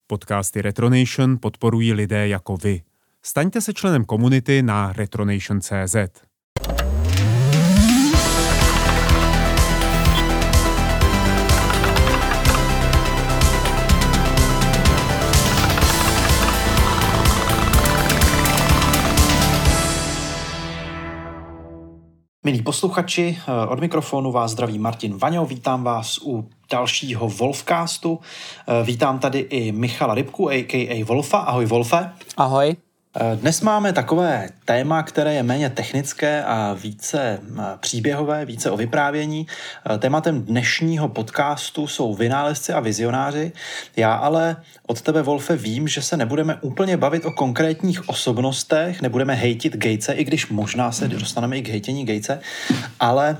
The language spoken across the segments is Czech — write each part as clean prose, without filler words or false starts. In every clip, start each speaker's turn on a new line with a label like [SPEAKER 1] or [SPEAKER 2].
[SPEAKER 1] Podcasty Retronation podporují lidé jako vy. Staňte se členem komunity na retronation.cz.
[SPEAKER 2] Milí posluchači, od mikrofonu vás zdraví Martin Vaňo, vítám vás u dalšího Wolfcastu. Vítám tady i Michala Rybku, a.k.a. Wolfa. Ahoj Wolfe.
[SPEAKER 3] Ahoj.
[SPEAKER 2] Dnes máme takové téma, které je méně technické a více příběhové, více o vyprávění. Tématem dnešního podcastu jsou vynálezci a vizionáři. Já ale od tebe, Wolfe, vím, že se nebudeme úplně bavit o konkrétních osobnostech, nebudeme hejtit Gatese, i když možná se dostaneme i k hejtění Gatese, ale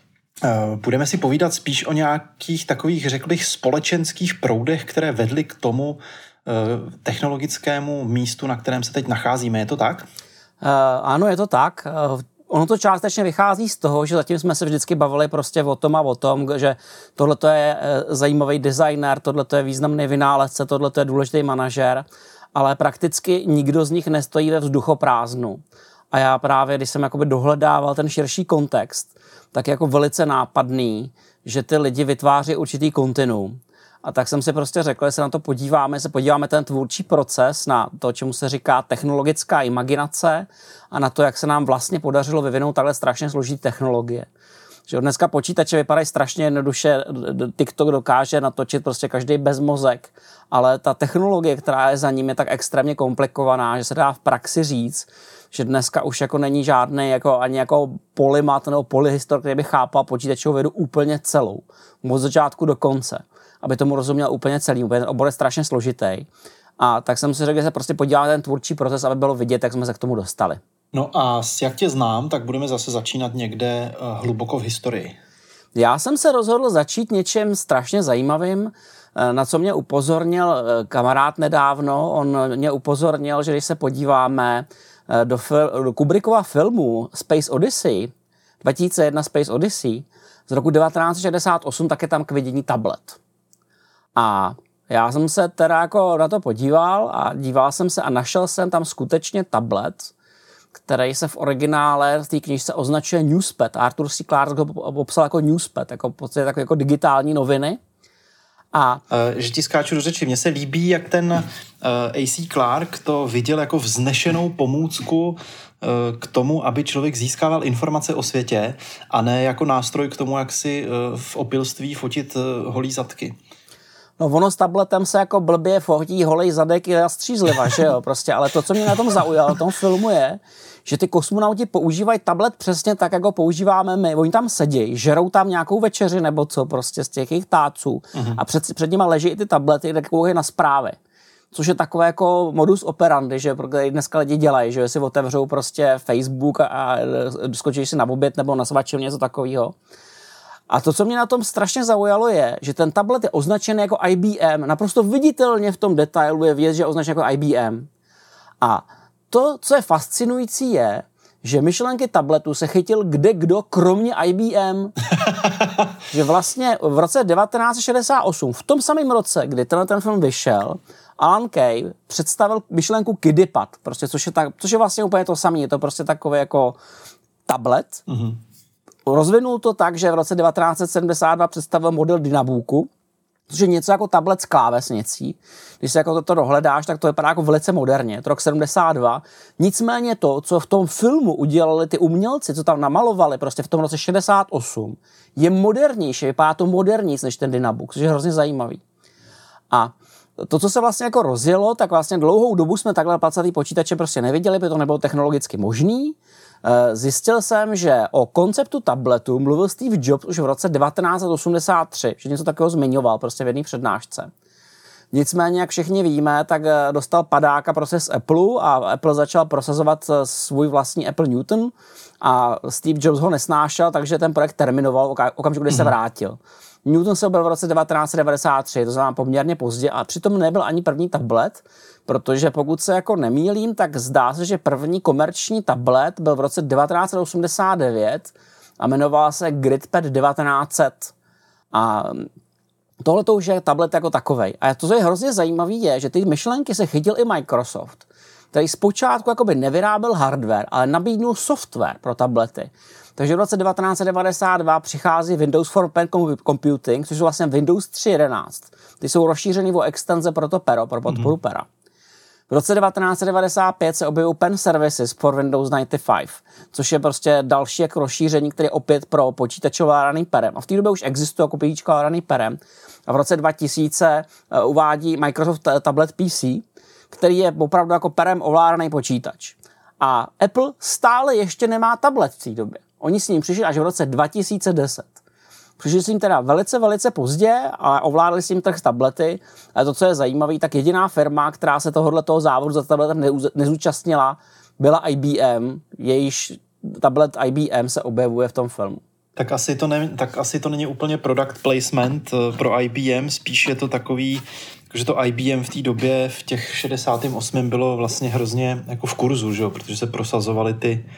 [SPEAKER 2] budeme si povídat spíš o nějakých takových, řekl bych, společenských proudech, které vedly k tomu technologickému místu, na kterém se teď nacházíme. Je to tak?
[SPEAKER 3] Ano, je to tak. Ono to částečně vychází z toho, že zatím jsme se vždycky bavili prostě o tom, že tohle je zajímavý designer, tohle je významný vynálezce, tohle je důležitý manažer, ale prakticky nikdo z nich nestojí ve vzduchoprázdnu. A já právě, když jsem jakoby dohledával ten širší kontext, tak je jako velice nápadný, že ty lidi vytváří určitý kontinuum. A tak jsem si prostě řekl, že se na to podíváme ten tvůrčí proces, na to, čemu se říká technologická imaginace a na to, jak se nám vlastně podařilo vyvinout takhle strašně složitý technologie. Že dneska počítače vypadají strašně jednoduše, TikTok dokáže natočit prostě každý bez mozek, ale ta technologie, která je za ním, je tak extrémně komplikovaná, že se dá v praxi říct, že dneska už jako není žádný ani polymat nebo polyhistor, který by chápal počítačovou vědu úplně celou, od začátku do konce, aby tomu rozuměl úplně celý, úplně ten obor je strašně složitý. A tak jsem si řekl, že se prostě podíváme ten tvůrčí proces, aby bylo vidět, jak jsme se k tomu dostali.
[SPEAKER 2] No a jak tě znám, tak budeme zase začínat někde hluboko v historii.
[SPEAKER 3] Já jsem se rozhodl začít něčím strašně zajímavým, na co mě upozornil kamarád nedávno. On mě upozornil, že když se podíváme do Kubrickova filmu Space Odyssey, 2001 Space Odyssey, z roku 1968, tak je tam k vidění tablet. A já jsem se teda jako na to podíval a díval jsem se a našel jsem tam skutečně tablet, který se v originále v té knižce označuje Newspad. Arthur C. Clarke ho popsal jako Newspad, jako takové jako digitální noviny.
[SPEAKER 2] Že ti skáču do řeči, mně se líbí, jak ten A.C. Clarke to viděl jako vznešenou pomůcku k tomu, aby člověk získával informace o světě a ne jako nástroj k tomu, jak si v opilství fotit holí zadky.
[SPEAKER 3] No ono s tabletem se jako blbě fotí holej zadek a střízliva, že jo, prostě, ale to, co mě na tom zaujalo, v tom filmu je, že ty kosmonauti používají tablet přesně tak, jako používáme my. Oni tam sedí, žerou tam nějakou večeři nebo co, prostě z těch jejich táců a před nimi leží i ty tablety, kde koukají na zprávy. Což je takové jako modus operandi, že dneska lidi dělají, že si otevřou prostě Facebook a skočí si na oběd nebo na svačinu, něco takového. A to, co mě na tom strašně zaujalo, je, že ten tablet je označený jako IBM. Naprosto viditelně v tom detailu je vidět, že je označený jako IBM. A to, co je fascinující, je, že myšlenky tabletu se chytil kdo, kromě IBM. Že vlastně v roce 1968, v tom samém roce, kdy ten film vyšel, Alan Kay představil myšlenku KidiPad, prostě, což je vlastně úplně to samé. Je to prostě takový jako tablet. Mm-hmm. Rozvinul to tak, že v roce 1972 představil model Dynabooku, což je něco jako tablet s klávesnicí. Když se jako to dohledáš, tak to vypadá jako velice moderně. To rok 72. Nicméně to, co v tom filmu udělali ty umělci, co tam namalovali prostě v tom roce 68, je modernější, vypadá to modernější než ten Dynabook, což je hrozně zajímavý. A to, co se vlastně jako rozjelo, tak vlastně dlouhou dobu jsme takhle placatý počítače prostě neviděli, protože to nebylo technologicky možný. Zjistil jsem, že o konceptu tabletu mluvil Steve Jobs už v roce 1983, že něco takového zmiňoval prostě v jedné přednášce. Nicméně, jak všichni víme, tak dostal padáka prostě z Apple a Apple začal prosazovat svůj vlastní Apple Newton a Steve Jobs ho nesnášel, takže ten projekt terminoval okamžiku, kdy se vrátil. Newton se objevil v roce 1993, to znamená poměrně pozdě, a přitom nebyl ani první tablet, protože pokud se jako nemýlím, tak zdá se, že první komerční tablet byl v roce 1989 a jmenoval se GridPad 1900. A tohle to už je tablet jako takovej. A to, co je hrozně zajímavý, je, že ty myšlenky se chytil i Microsoft, který zpočátku jakoby nevyráběl hardware, ale nabídnul software pro tablety. Takže v roce 1992 přichází Windows for Pen Computing, což je vlastně Windows 3.11. Ty jsou rozšířený o extenze pro to pero, pro podporu pera. V roce 1995 se objevují Pen Services for Windows 95, což je prostě další jako rozšíření, které je opět pro počítače ovládaný perem. A v té době už existuje jako PCčko ovládaný perem. A v roce 2000 uvádí Microsoft Tablet PC, který je opravdu jako perem ovládaný počítač. A Apple stále ještě nemá tablet v té době. Oni s ním přišli až v roce 2010. Přišli s ním teda velice pozdě, ale ovládali s ním trh s tablety. Ale to, co je zajímavé, tak jediná firma, která se tohoto závodu za tabletem nezúčastnila, byla IBM. Jejíž tablet IBM se objevuje v tom filmu.
[SPEAKER 2] Tak asi to není úplně product placement pro IBM, spíš je to takový, že to IBM v té době v těch 68. bylo vlastně hrozně jako v kurzu, že jo? Protože se prosazovaly ty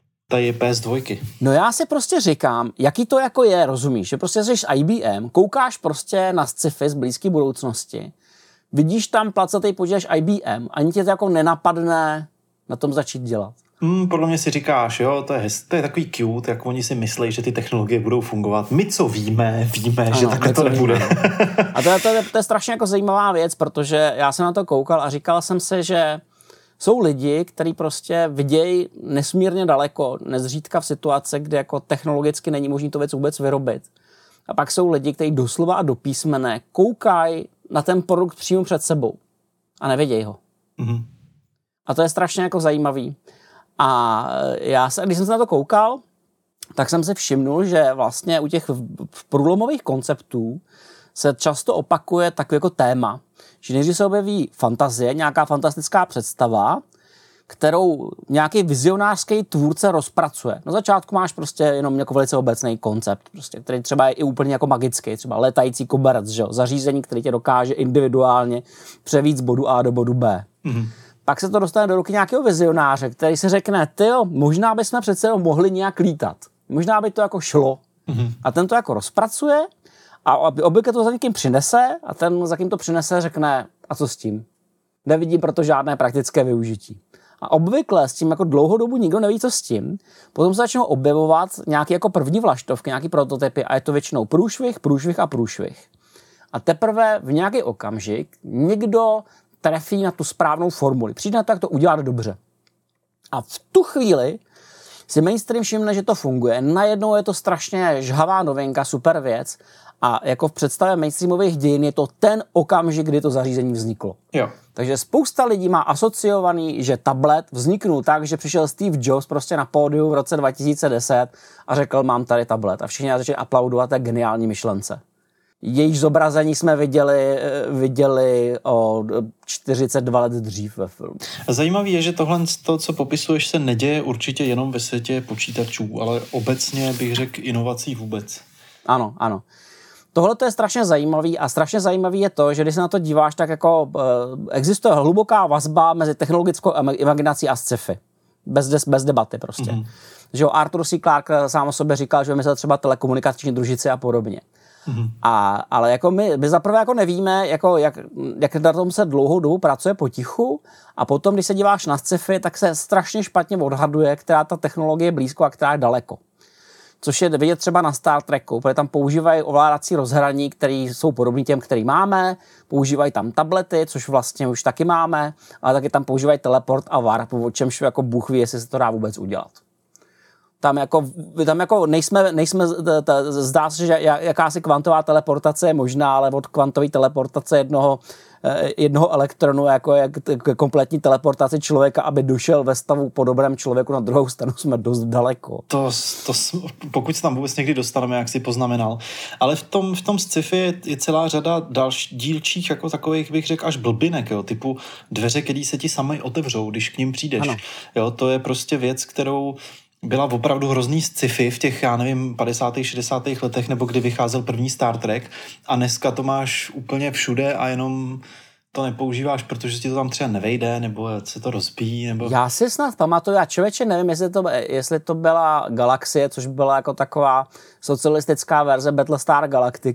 [SPEAKER 2] PS2.
[SPEAKER 3] No já si prostě říkám, jaký to jako je, rozumíš? Že prostě jsi IBM, koukáš prostě na sci-fi z blízké budoucnosti, vidíš tam placatý počítač IBM, ani tě to jako nenapadne na tom začít dělat.
[SPEAKER 2] Podle mě si říkáš, jo, to je takový cute, jak oni si myslí, že ty technologie budou fungovat. My co víme, ano, že takhle to nebude.
[SPEAKER 3] A to je strašně jako zajímavá věc, protože já jsem na to koukal a říkal jsem si, že jsou lidi, kteří prostě vidějí nesmírně daleko, nezřídka v situaci, kde jako technologicky není možné to věc vůbec vyrobit. A pak jsou lidi, kteří doslova a do písmene koukají na ten produkt přímo před sebou a nevidějí ho. Mm-hmm. A to je strašně jako zajímavý. A když jsem se na to koukal, tak jsem si všimnul, že vlastně u těch průlomových konceptů se často opakuje takové jako téma, že nejdřív se objeví fantazie, nějaká fantastická představa, kterou nějaký vizionářský tvůrce rozpracuje. Na začátku máš prostě jenom jako velice obecný koncept, prostě, který třeba je i úplně jako magický, třeba letající koberec, že jo? Zařízení, který tě dokáže individuálně převít z bodu A do bodu B. Mm-hmm. Pak se to dostane do ruky nějakého vizionáře, který si řekne, tyjo, možná bychom přece mohli nějak lítat. Možná by to jako šlo. Mm-hmm. A ten to jako rozpracuje a obvykle to za někým přinese a ten, za kým to přinese, řekne, a co s tím? Nevidím proto žádné praktické využití. A obvykle s tím jako dlouhou dobu nikdo neví, co s tím. Potom se začnou objevovat nějaké jako první vlaštovky, nějaký prototypy a je to většinou průšvih. A teprve v nějaký okamžik někdo trefí na tu správnou formuli. Přijde na to, jak to udělat dobře. A v tu chvíli si mainstream všimne, že to funguje. Najednou je to strašně žhavá novinka, super věc. A jako v představě mainstreamových dějin je to ten okamžik, kdy to zařízení vzniklo.
[SPEAKER 2] Jo.
[SPEAKER 3] Takže spousta lidí má asociovaný, že tablet vzniknul tak, že přišel Steve Jobs prostě na pódiu v roce 2010 a řekl, mám tady tablet. A všichni začali aplaudovat té geniální myšlence. Jejich zobrazení jsme viděli o 42 let dřív ve filmu.
[SPEAKER 2] Zajímavé je, že tohle, co popisuješ, se neděje určitě jenom ve světě počítačů, ale obecně bych řekl inovací vůbec.
[SPEAKER 3] Ano. Tohle to je strašně zajímavý a strašně zajímavý je to, že když se na to díváš, tak jako existuje hluboká vazba mezi technologickou imaginací a sci-fi. Bez debaty prostě. Mm-hmm. Že Arthur C. Clarke sám o sobě říkal, že vymyslel třeba telekomunikační družici a podobně. Mm-hmm. Ale jako my zaprvé jako nevíme, jako jak na tom se dlouhou dobu pracuje potichu a potom, když se díváš na sci-fi, tak se strašně špatně odhaduje, která ta technologie je blízko a která je daleko. Což je vidět třeba na Star Treku, protože tam používají ovládací rozhraní, které jsou podobné těm, který máme, používají tam tablety, což vlastně už taky máme, ale taky tam používají teleport a warp, o čemž jako Bůh ví, jestli se to dá vůbec udělat. Tam jako nejsme zdá se, že jakási kvantová teleportace je možná, ale od kvantové teleportace jednoho elektronu jako kompletní teleportaci člověka, aby došel ve stavu podobném člověku na druhou stranu, jsme dost daleko.
[SPEAKER 2] Pokud se tam vůbec někdy dostaneme, jak si poznamenal. Ale v tom sci-fi je celá řada dalších dílčích, jako takových bych řekl až blbinek, jo, typu dveře, které se ti sami otevřou, když k ním přijdeš. Ano. Jo, to je prostě věc, kterou byla opravdu hrozný sci-fi v těch, 50. 60. letech, nebo kdy vycházel první Star Trek a dneska to máš úplně všude a jenom to nepoužíváš, protože ti to tam třeba nevejde, nebo se to rozbíjí, nebo...
[SPEAKER 3] Já si snad pamatuju, já člověče nevím, jestli to byla Galaxie, což byla jako taková socialistická verze Battlestar Galactiky,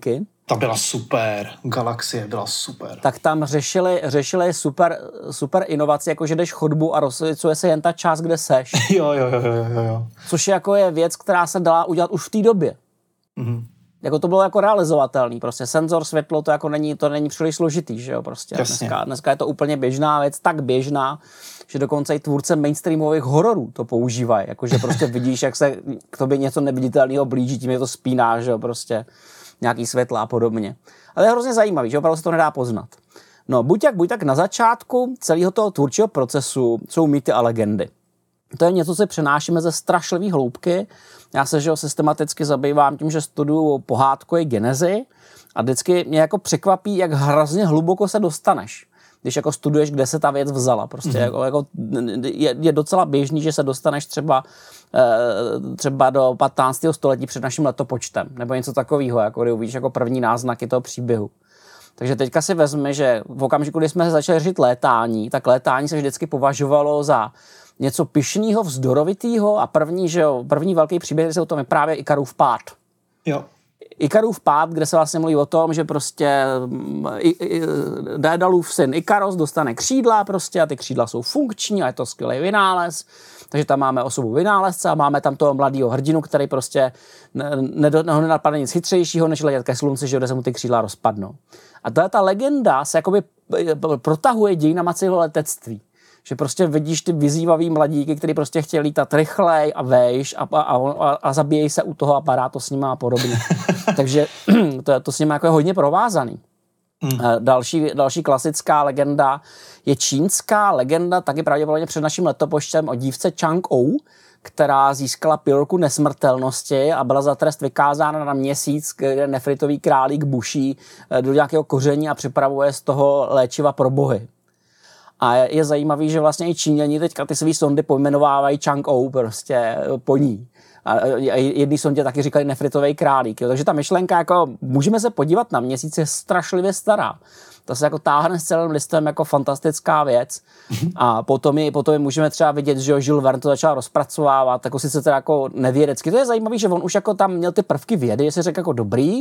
[SPEAKER 2] Ta byla super, Galaxie byla super.
[SPEAKER 3] Tak tam řešili super inovaci, jako že jdeš chodbu a rozsvěcuje se jen ta část, kde seš.
[SPEAKER 2] Jo.
[SPEAKER 3] Což jako je věc, která se dala udělat už v té době.
[SPEAKER 2] Mhm.
[SPEAKER 3] Jako to bylo jako realizovatelný, prostě senzor, světlo, to jako není příliš složitý, že jo, prostě. Dneska je to úplně běžná věc, tak běžná, že dokonce i tvůrce mainstreamových hororů to používají, jakože prostě vidíš, jak se k tobě něco neviditelného blíží, tím je to spíná, že jo, prostě nějaký světla a podobně. Ale je hrozně zajímavý, že opravdu se to nedá poznat. No, buď tak na začátku celého toho tvůrčího procesu jsou mýty a legendy. To je něco, co přenášíme ze strašlivý hloubky. Já se systematicky zabývám tím, že studuju pohádkové genezy a vždycky mě jako překvapí, jak hrozně hluboko se dostaneš, když jako studuješ, kde se ta věc vzala. Prostě je docela běžný, že se dostaneš třeba do 15. století před naším letopočtem, nebo něco takového, jako kdy uvidíš jako první náznaky toho příběhu. Takže teďka si vezmi, že v okamžiku, kdy jsme začali řešit létání, tak létání se vždycky považovalo za něco pyšného, vzdorovitého a první velký příběh, který se o tom vypráví, je Ikarův pád.
[SPEAKER 2] Jo.
[SPEAKER 3] Ikarův pád, kde se vlastně mluví o tom, že prostě Dédalův syn Ikaros dostane křídla prostě a ty křídla jsou funkční a je to skvělý vynález. Takže tam máme osobu vynálezce a máme tam toho mladého hrdinu, který prostě nenapadne nic chytřejšího, než letět ke slunci, že kde se mu ty křídla rozpadnou. A ta legenda se jakoby protahuje dějinama celého letectví. Že prostě vidíš ty vyzývavý mladíky, kteří prostě chtějí lítat rychlej a vejš a zabíjejí se u toho aparátu s nima a podobně. Takže to s nima jako je hodně provázaný. Další klasická legenda je čínská legenda, taky pravděpodobně před naším letopočtem o dívce Chang-ou, která získala pilulku nesmrtelnosti a byla za trest vykázána na měsíc, kde nefritový králík buší do nějakého koření a připravuje z toho léčiva pro bohy. A je zajímavý, že vlastně i Číňani teďka ty svý sondy pojmenovávají Chang-ou prostě po ní. A jedný sondě taky říkali nefritový králík. Jo. Takže ta myšlenka, jako můžeme se podívat na měsíc, je strašlivě stará. To se jako táhne s celým listem jako fantastická věc. A potom je můžeme třeba vidět, že Jules Verne to začal rozpracovávat, jako sice teda jako nevědecky. To je zajímavý, že on už jako tam měl ty prvky vědy, že si řekl jako dobrý,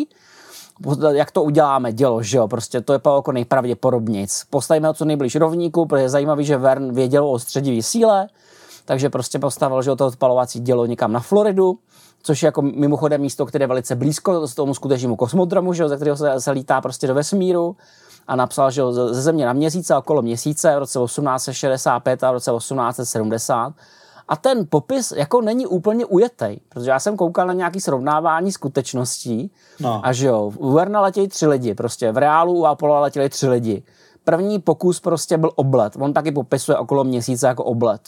[SPEAKER 3] jak to uděláme, dělo, že jo, prostě to je jako nejpravděpodobnějc. Postavíme ho co nejblíž rovníku, protože je zajímavý, že Verne věděl o středivý síle, takže prostě postavil, že to odpalovací dělo někam na Floridu, což je jako mimochodem místo, které je velice blízko tomu skutečnému kosmodromu, že jo, ze kterého se lítá prostě do vesmíru, a napsal, že ze Země na Měsíce a okolo Měsíce v roce 1865 a v roce 1870. A ten popis jako není úplně ujetej, protože já jsem koukal na nějaké srovnávání skutečností a že jo, u Verna letějí 3 lidi, prostě v reálu u Apollo letěli 3 lidi. První pokus prostě byl oblet, on taky popisuje okolo Měsíce jako oblet.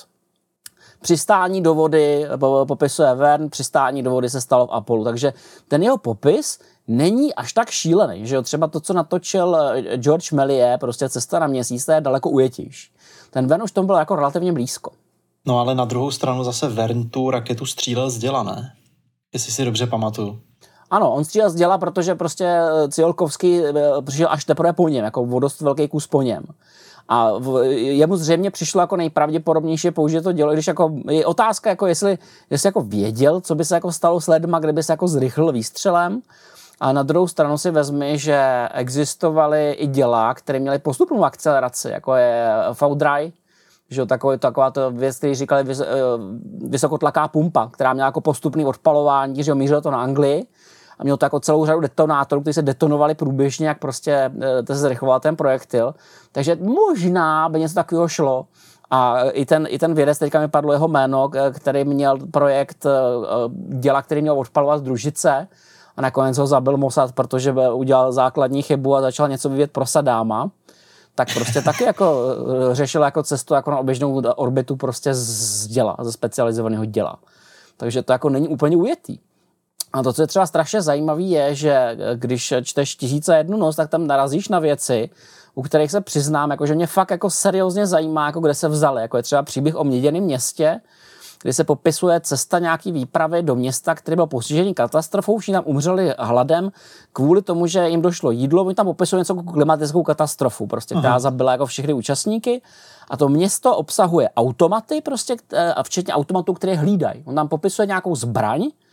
[SPEAKER 3] Přistání do vody popisuje Verne, přistání do vody se stalo v Apollu, takže ten jeho popis není až tak šílený, že jo, třeba to, co natočil George Méliès, prostě Cesta na Měsíc, je daleko ujetější. Ten Verne už tomu byl jako relativně blízko.
[SPEAKER 2] No ale na druhou stranu zase Verne tu raketu střílel z děla, ne? Jestli si dobře pamatuju.
[SPEAKER 3] Ano, on střílel z děla, protože prostě Ciolkovský přišel až teprve po něm, jako o dost velký kus po něm. A jemu zřejmě přišlo jako nejpravděpodobnější použít to dělo, když jako je otázka, jako jestli jako věděl, co by se jako stalo s lidma, kdyby se jako zrychlil výstřelem. A na druhou stranu si vezmi, že existovaly i děla, které měly postupnou akceleraci, jako je Faudray, že taková to věc, který říkali vysokotlaká pumpa, která měla jako postupný odpalování, že mířilo to na Anglii a mělo to jako celou řadu detonátorů, kteří se detonovali průběžně, jak prostě se zrychloval ten projektil. Takže možná by něco takového šlo. A i ten vědec, teďka mi padlo jeho jméno, který měl projekt děla, který měl odpalovat z družice a nakonec ho zabil Mossad, protože udělal základní chybu a začal něco vyvíjet pro Sadáma. Tak prostě taky jako řešil jako cestu jako na oběžnou orbitu prostě z děla, ze specializovaného děla. Takže to jako není úplně ujetý. A to, co je třeba strašně zajímavý, je, že když čteš 1001 noc, tak tam narazíš na věci, u kterých se přiznám, jako, že mě fakt jako seriózně zajímá, jako kde se vzali. Jako je třeba příběh o Měděném městě, kdy se popisuje cesta nějaký výpravy do města, který byl postižený katastrofou, všichni tam umřeli hladem kvůli tomu, že jim došlo jídlo, oni tam popisují něco jako klimatickou katastrofu, prostě, která zabila jako všechny účastníky. A to město obsahuje automaty, prostě, a včetně automatů, které hlídají. On tam popisuje nějakou zbraň,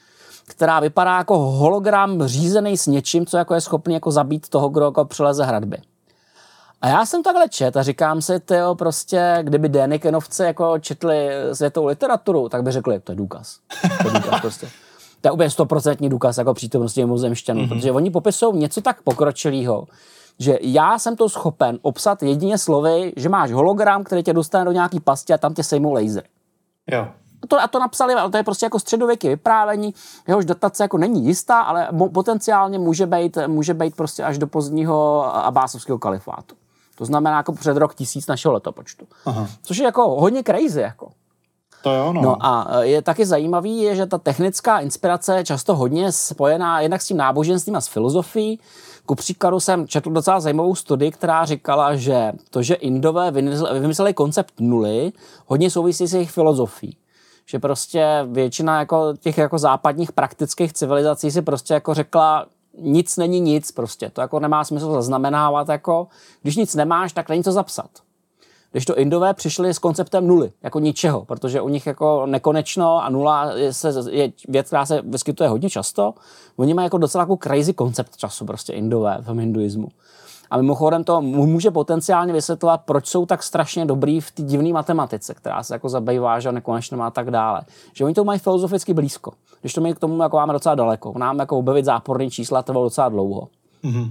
[SPEAKER 3] která vypadá jako hologram řízený s něčím, co jako je schopný jako zabít toho, kdo jako přeleze hradby. A já jsem takhle čet a říkám si, tyjo, prostě, kdyby Dänikenovci jako četli světovou literaturu, tak by řekli, to je důkaz. To je důkaz prostě. To je úplně 100% důkaz jako přítomnosti mimozemšťanů, protože oni popisují něco tak pokročilého, že já jsem to schopen obsat jedině slovy, že máš hologram, který tě dostane do nějaký pasti a tam tě sejmou lasery.
[SPEAKER 2] Jo.
[SPEAKER 3] A to napsali, ale to je prostě jako středověké vyprávění, jehož datace jako není jistá, ale potenciálně může být prostě až do pozdního abásovského kalifátu. To znamená jako před rok 1000 našeho letopočtu. Aha. Což je jako hodně crazy. Jako.
[SPEAKER 2] To jo, no.
[SPEAKER 3] No a je taky zajímavý, je, že ta technická inspirace je často hodně spojená jednak s tím náboženstvím a s filozofií. Ku příkladu jsem četl docela zajímavou studii, která říkala, že to, že Indové vymysleli koncept nuly, hodně souvisí s jejich filozofií. Že prostě většina jako těch jako západních praktických civilizací si prostě jako řekla, nic není nic prostě. To jako nemá smysl zaznamenávat jako, když nic nemáš, tak není co zapsat. Když to Indové přišli s konceptem nuly, jako ničeho, protože u nich jako nekonečno a nula je věc, která se vyskytuje hodně často. Oni mají jako docela jako crazy koncept času prostě Indové v hinduismu. A mimochodem to může potenciálně vysvětlovat, proč jsou tak strašně dobrý v té divné matematice, která se jako zabývá, že nekonečně má a tak dále. Že oni to mají filozoficky blízko. Když to my k tomu jako máme docela daleko. Nám jako objevit záporný čísla trvalo docela dlouho. Mm-hmm.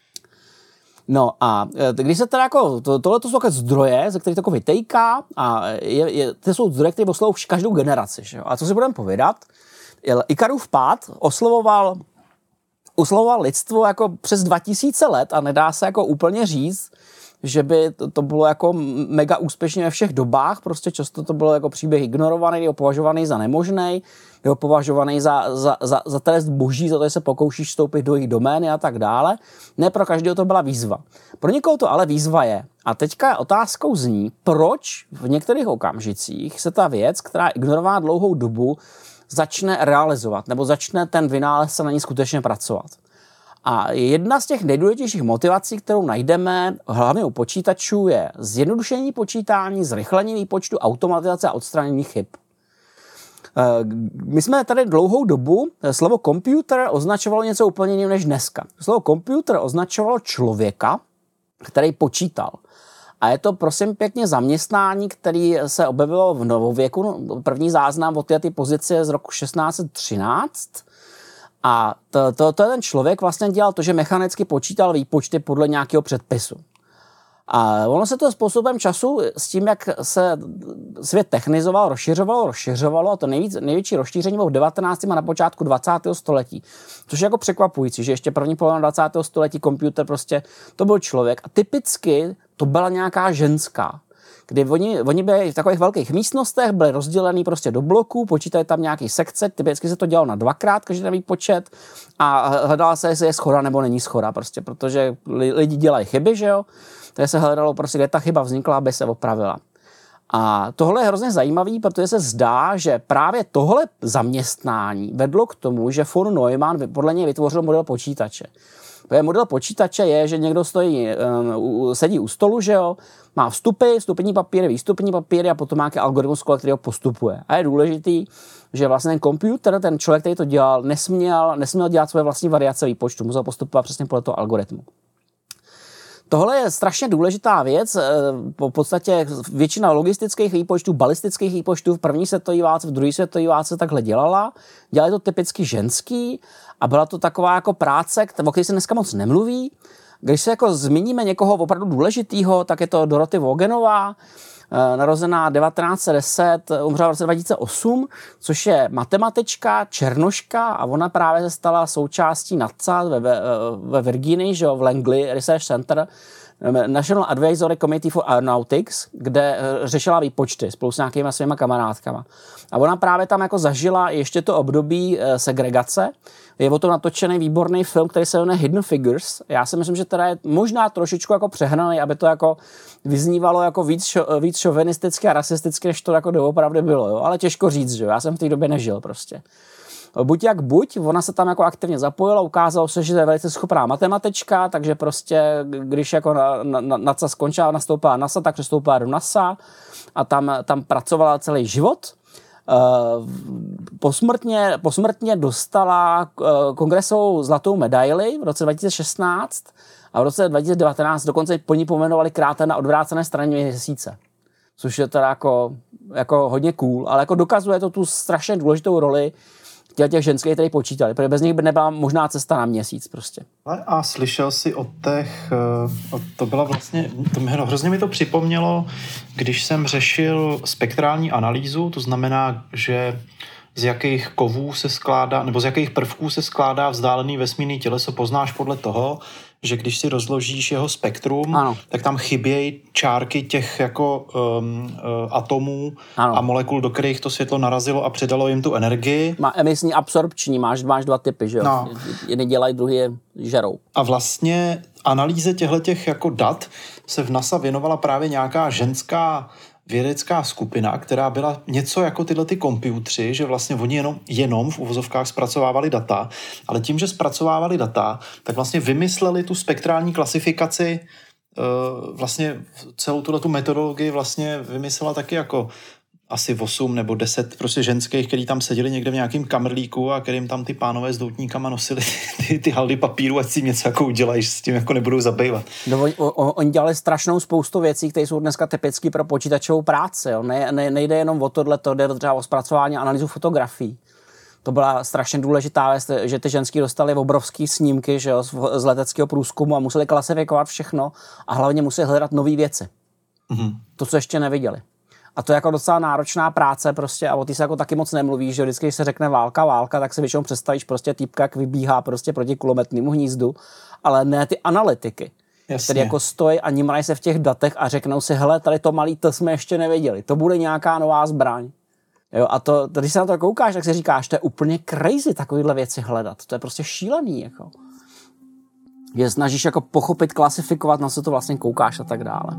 [SPEAKER 3] No a když se teda jako, tohle jsou takové zdroje, ze kterých to jako vytejká a to jsou zdroje, které oslovují každou generaci. Že jo? A co si budeme povědat, Ikarův pád oslovoval lidstvo jako přes 2000 let a nedá se jako úplně říct, že by to bylo jako mega úspěšně ve všech dobách, prostě často to bylo jako příběh ignorovaný, nebo považovaný za nemožný, nebo považovaný za trest boží, za to, že se pokoušíš vstoupit do jejich domény a tak dále. Ne pro každého to byla výzva. Pro někoho to ale výzva je. A teďka otázkou zní, proč v některých okamžicích se ta věc, která je ignorovaná dlouhou dobu, začne realizovat, nebo začne ten vynálezce na ní skutečně pracovat. A jedna z těch nejdůležitějších motivací, kterou najdeme hlavně u počítačů, je zjednodušení počítání, zrychlení výpočtu, automatizace a odstranění chyb. My jsme tady dlouhou dobu slovo computer označovalo něco úplně jiného než dneska. Slovo computer označovalo člověka, který počítal. A je to prosím pěkně zaměstnání, který se objevilo v novověku. První záznam o této pozici je z roku 1613. A to ten člověk vlastně dělal to, že mechanicky počítal výpočty podle nějakého předpisu. A ono se to způsobem času s tím, jak se svět technizoval, rozšiřovalo a to největší rozšíření bylo v 19. a na počátku 20. století. Což je jako překvapující, že ještě první polovina 20. století počítač prostě to byl člověk a typicky to byla nějaká ženská. Kdy oni byli v takových velkých místnostech, byli rozdělený prostě do bloků, počítali tam nějaký sekce, typicky se to dělalo na dvakrát každý ten výpočet a hledala se, jestli je shoda nebo není shoda prostě, protože lidi dělají chyby, že jo, takže se hledalo prostě, kde ta chyba vznikla, aby se opravila. A tohle je hrozně zajímavý, protože se zdá, že právě tohle zaměstnání vedlo k tomu, že von Neumann podle něj vytvořil model počítače. Model počítače je, že někdo sedí u stolu, že jo, má vstupní papíry, výstupní papíry a potom nějaký algoritmus, který ho postupuje. A je důležitý, že vlastně ten počítač, ten člověk, který to dělal, nesměl dělat svoje vlastní variace výpočtu, musel postupovat přesně podle toho algoritmu. Tohle je strašně důležitá věc, v podstatě většina logistických výpočtů, balistických výpočtů v první světové válce, v druhé světové válce takhle dělala. Dělali to typicky ženský a byla to taková jako práce, o které se dneska moc nemluví. Když se jako zmíníme někoho opravdu důležitýho, tak je to Dorothy Vaughanová, narozená 1910, umřela v roce 2008, což je matematička, černoška a ona právě se stala součástí NACA ve Virginii, že jo, v Langley Research Center, National Advisory Committee for Aeronautics, kde řešila výpočty spolu s nějakýma svýma kamarádkama. A ona právě tam jako zažila ještě to období segregace. Je o tom natočený výborný film, který se jmenuje Hidden Figures. Já si myslím, že teda je možná trošičku jako přehnaný, aby to jako vyznívalo jako víc šovinisticky a rasisticky, než to jako doopravdy bylo. Jo? Ale těžko říct, že jo? Já jsem v té době nežil prostě. Buď jak buď, ona se tam jako aktivně zapojila, ukázalo se, že je velice schopná matematička, takže prostě, když jako NASA skončila, nastoupila NASA, tak přestoupila do NASA a tam pracovala celý život. Posmrtně dostala kongresovou zlatou medaili v roce 2016 a v roce 2019 dokonce po ní pomenovali kráter na odvrácené straně Měsíce. Což je teda jako hodně cool, ale jako dokazuje to tu strašně důležitou roli těch ženských, které počítali, protože bez nich by nebyla možná cesta na Měsíc prostě.
[SPEAKER 2] A slyšel jsi o těch, to byla vlastně, hrozně mi to připomnělo, když jsem řešil spektrální analýzu, to znamená, že z jakých kovů se skládá, nebo z jakých prvků se skládá vzdálený vesmírný těleso, poznáš podle toho, že když si rozložíš jeho spektrum, ano, tak tam chybějí čárky těch jako atomů, ano, a molekul, do kterých to světlo narazilo a předalo jim tu energii.
[SPEAKER 3] Má emisní absorpční, máš dva typy, že jo? No. Jedni dělají, druhý je žerou.
[SPEAKER 2] A vlastně analýze těchto jako dat se v NASA věnovala právě nějaká ženská vědecká skupina, která byla něco jako tyhle ty komputři, že vlastně oni jenom v uvozovkách zpracovávali data, ale tím, že zpracovávali data, tak vlastně vymysleli tu spektrální klasifikaci, vlastně celou tuhletu metodologii vlastně vymyslela taky jako asi 8 nebo 10 prostě ženských, který tam seděli někde v nějakým kamrlíku a kterým tam ty pánové s doutníkama nosili ty haldy papíru, ať si něco jako udělají, s tím jako nebudou zabývat.
[SPEAKER 3] No, oni dělali strašnou spoustu věcí, které jsou dneska typické pro počítačovou práci. Jo. Nejde jenom o tohleto, jde třeba o zpracování a analýzu fotografií. To byla strašně důležitá věc, že ty ženský dostali obrovský snímky, že jo, z leteckého průzkumu a museli klasifikovat všechno a hlavně museli hledat nové věci. Mm-hmm. To, co ještě neviděli. A to je jako docela náročná práce prostě a o té se jako taky moc nemluví, že vždycky, když se řekne válka, tak si většinou představíš prostě týpka, jak vybíhá prostě proti kulometnému hnízdu, ale ne ty analytiky, které jako stojí a nímají se v těch datech a řeknou si, hele, tady to malý, to jsme ještě nevěděli, to bude nějaká nová zbraň. Jo, a to, když se na to koukáš, tak si říkáš, to je úplně crazy takovýhle věci hledat, to je prostě šílený, jako. Že snažíš jako pochopit, klasifikovat, na co to vlastně koukáš a tak dále.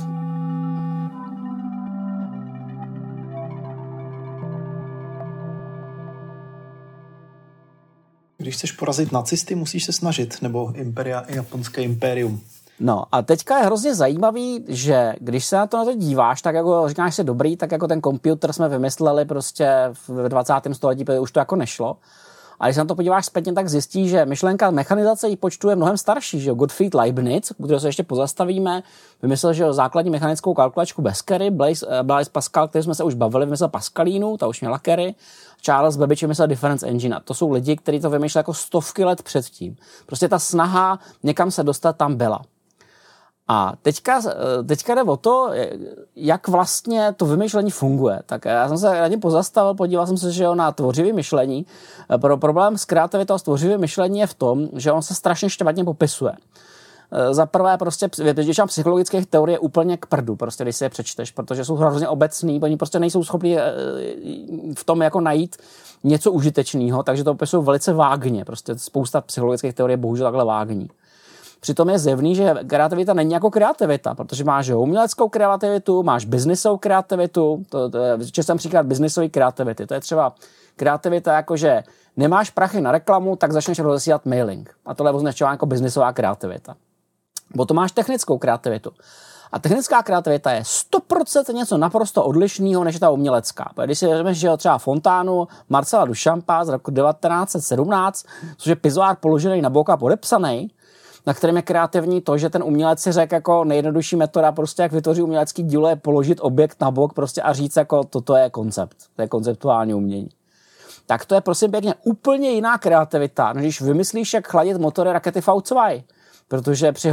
[SPEAKER 2] Když chceš porazit nacisty, musíš se snažit, nebo japonské impérium.
[SPEAKER 3] No a teďka je hrozně zajímavý, že když se na to díváš, tak jako říkáš si dobrý, tak jako ten počítač jsme vymysleli prostě v 20. století, protože už to jako nešlo. A když se na to podíváš zpětně, tak zjistíš, že myšlenka mechanizace výpočtu je mnohem starší, že Gottfried Leibniz, kterého se ještě pozastavíme, vymyslel, že základní mechanickou kalkulačku bez carry, Blaise Pascal, který jsme se už bavili, vymyslel Pascalínu, ta už měla carry, Charles Babbage vymyslel difference engine. To jsou lidi, kteří to vymýšleli jako stovky let předtím. Prostě ta snaha někam se dostat tam byla. A teďka jde o to, jak vlastně to vymýšlení funguje. Tak já jsem se na něm pozastavil, podíval jsem se, že na tvořivý myšlení. Problém s kreativitou a s tvořivým myšlení je v tom, že on se strašně špatně popisuje. Za prvé prostě většina psychologických teorií je úplně k prdu, prostě, když si je přečteš, protože jsou hrozně obecný, oni prostě nejsou schopni v tom jako najít něco užitečného, takže to popisují velice vágně. Prostě spousta psychologických teorií je bohužel takhle vágní. Přitom je zjevný, že kreativita není jako kreativita, protože máš uměleckou kreativitu, máš biznisovou kreativitu, to je čestný příklad biznisové kreativity. To je třeba kreativita jako, že nemáš prachy na reklamu, tak začneš rozesílat mailing. A tohle je označováno jako biznisová kreativita. Potom máš technickou kreativitu. A technická kreativita je 100% něco naprosto odlišného, než je ta umělecká. Když si vezmeš, že třeba fontánu Marcela Duchampa z roku 1917, což je pizoár položený na bok a podepsaný, na kterém je kreativní to, že ten umělec si řekl jako nejjednodušší metoda, prostě jak vytvoří umělecký dílo, je položit objekt na bok prostě a říct jako toto je koncept, to je konceptuální umění. Tak to je prosím pěkně úplně jiná kreativita, než když vymyslíš, jak chladit motory rakety V2. Protože při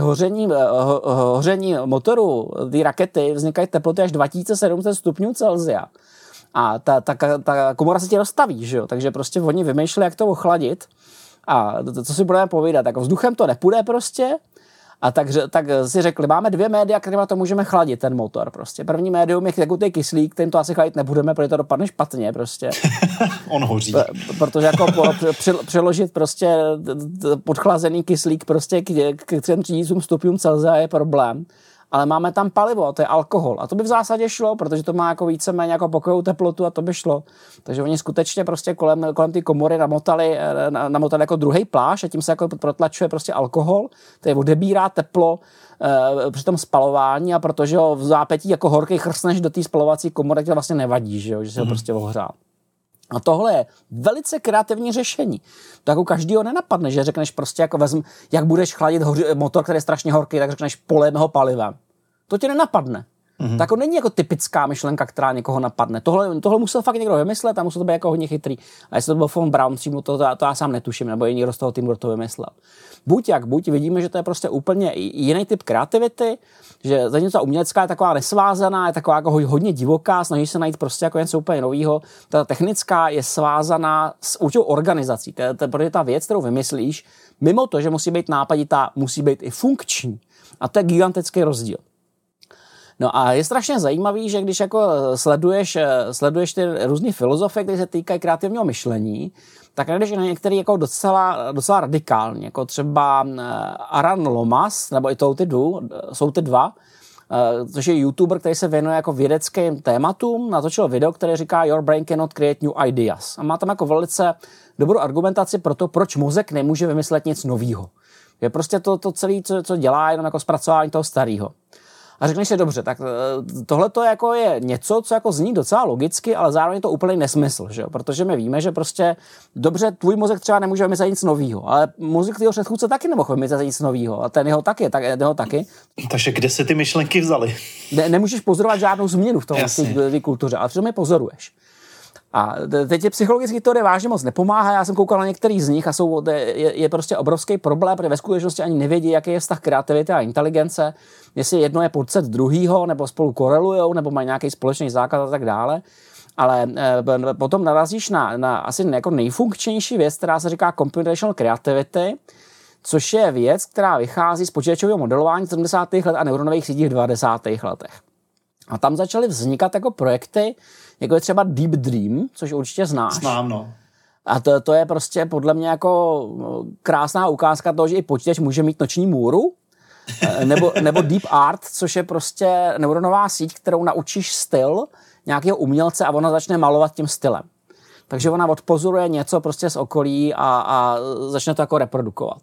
[SPEAKER 3] hoření motoru té rakety vznikají teploty až 2700 stupňů Celsia. A ta komora se ti rozstaví, že jo? Takže prostě oni vymýšleli, jak to ochladit. A co si budeme povídat, jako vzduchem to nepůjde prostě. A tak si řekli, máme 2 média, kterýma to můžeme chladit, ten motor prostě. První médium je tekutý kyslík, ten to asi chladit nebudeme, protože to dopadne špatně prostě.
[SPEAKER 2] On hoří.
[SPEAKER 3] Protože jako přeložit prostě podchlazený kyslík prostě k 3000 stupňům Celsia je problém. Ale máme tam palivo, to je alkohol. A to by v zásadě šlo, protože to má jako víceméně jako pokojovou teplotu a to by šlo. Takže oni skutečně prostě kolem té komory namotali jako druhý plášť a tím se jako protlačuje prostě alkohol, který odebírá teplo při tom spalování a protože ho v zápětí jako horký chrstneš do té spalovací komory, to vlastně nevadí, že se ho prostě ohřát. A tohle je velice kreativní řešení. To jako každýho nenapadne, že řekneš prostě jako jak budeš chladit motor, který je strašně horký, tak řekneš polejeme ho palivem. To tě nenapadne. Mm-hmm. To jako není jako typická myšlenka, která někoho napadne. Tohle musel fakt někdo vymyslet a musel to být jako hodně chytrý. A jestli to byl Von Braun přímo, to já sám netuším, nebo je někdo z toho týmu, kdo to vymyslel. Buď vidíme, že to je prostě úplně jiný typ kreativity, že zatímco ta umělecká je taková nesvázaná, je taková jako hodně divoká, snaží se najít prostě jako něco úplně novýho. Ta technická je svázaná s určitou organizací. Protože ta věc, kterou vymyslíš, mimo to, že musí být nápaditá, musí být i funkční. A to je gigantický rozdíl. No a je strašně zajímavý, že když jako sleduješ ty různý filozofie, které se týkají kreativního myšlení, tak najdeš na některý jako docela radikální, jako třeba Aran Lomas, nebo i jsou ty dva, což je YouTuber, který se věnuje jako vědeckým tématům, natočil video, který říká Your brain cannot create new ideas. A má tam jako velice dobrou argumentaci pro to, proč mozek nemůže vymyslet nic novýho. Je prostě to celé, co dělá, jenom jako zpracování toho starého. A řekneš si, dobře, tak tohle to jako je něco, co jako zní docela logicky, ale zároveň je to úplný nesmysl, že jo? Protože my víme, že prostě dobře, tvůj mozek třeba nemůže vymyslet nic novýho, ale mozek tvýho předchůdce taky nemohl vymyslet nic novýho a ten jeho taky. Takže
[SPEAKER 2] kde se ty myšlenky vzaly?
[SPEAKER 3] Nemůžeš pozorovat žádnou změnu v tom kultuře, ale přitom je pozoruješ. A teď je psychologický teorie vážně moc nepomáhá, já jsem koukal na některý z nich a je prostě obrovský problém, protože ve skutečnosti ani nevědí, jaký je vztah kreativity a inteligence, jestli jedno je podset druhýho, nebo spolu korelujou, nebo mají nějaký společný základ a tak dále. Ale potom narazíš na asi jako nejfunkčnější věc, která se říká computational creativity, což je věc, která vychází z počítačového modelování 70. let a neuronových sítí v 90. letech. A tam začaly vznikat jako projekty, jako je třeba Deep Dream, což určitě znáš.
[SPEAKER 2] Znám, no.
[SPEAKER 3] A to je prostě podle mě jako krásná ukázka toho, že i počítač může mít noční můru. Nebo Deep Art, což je prostě neuronová síť, kterou naučíš styl nějakého umělce a ona začne malovat tím stylem. Takže ona odpozoruje něco prostě z okolí a začne to jako reprodukovat.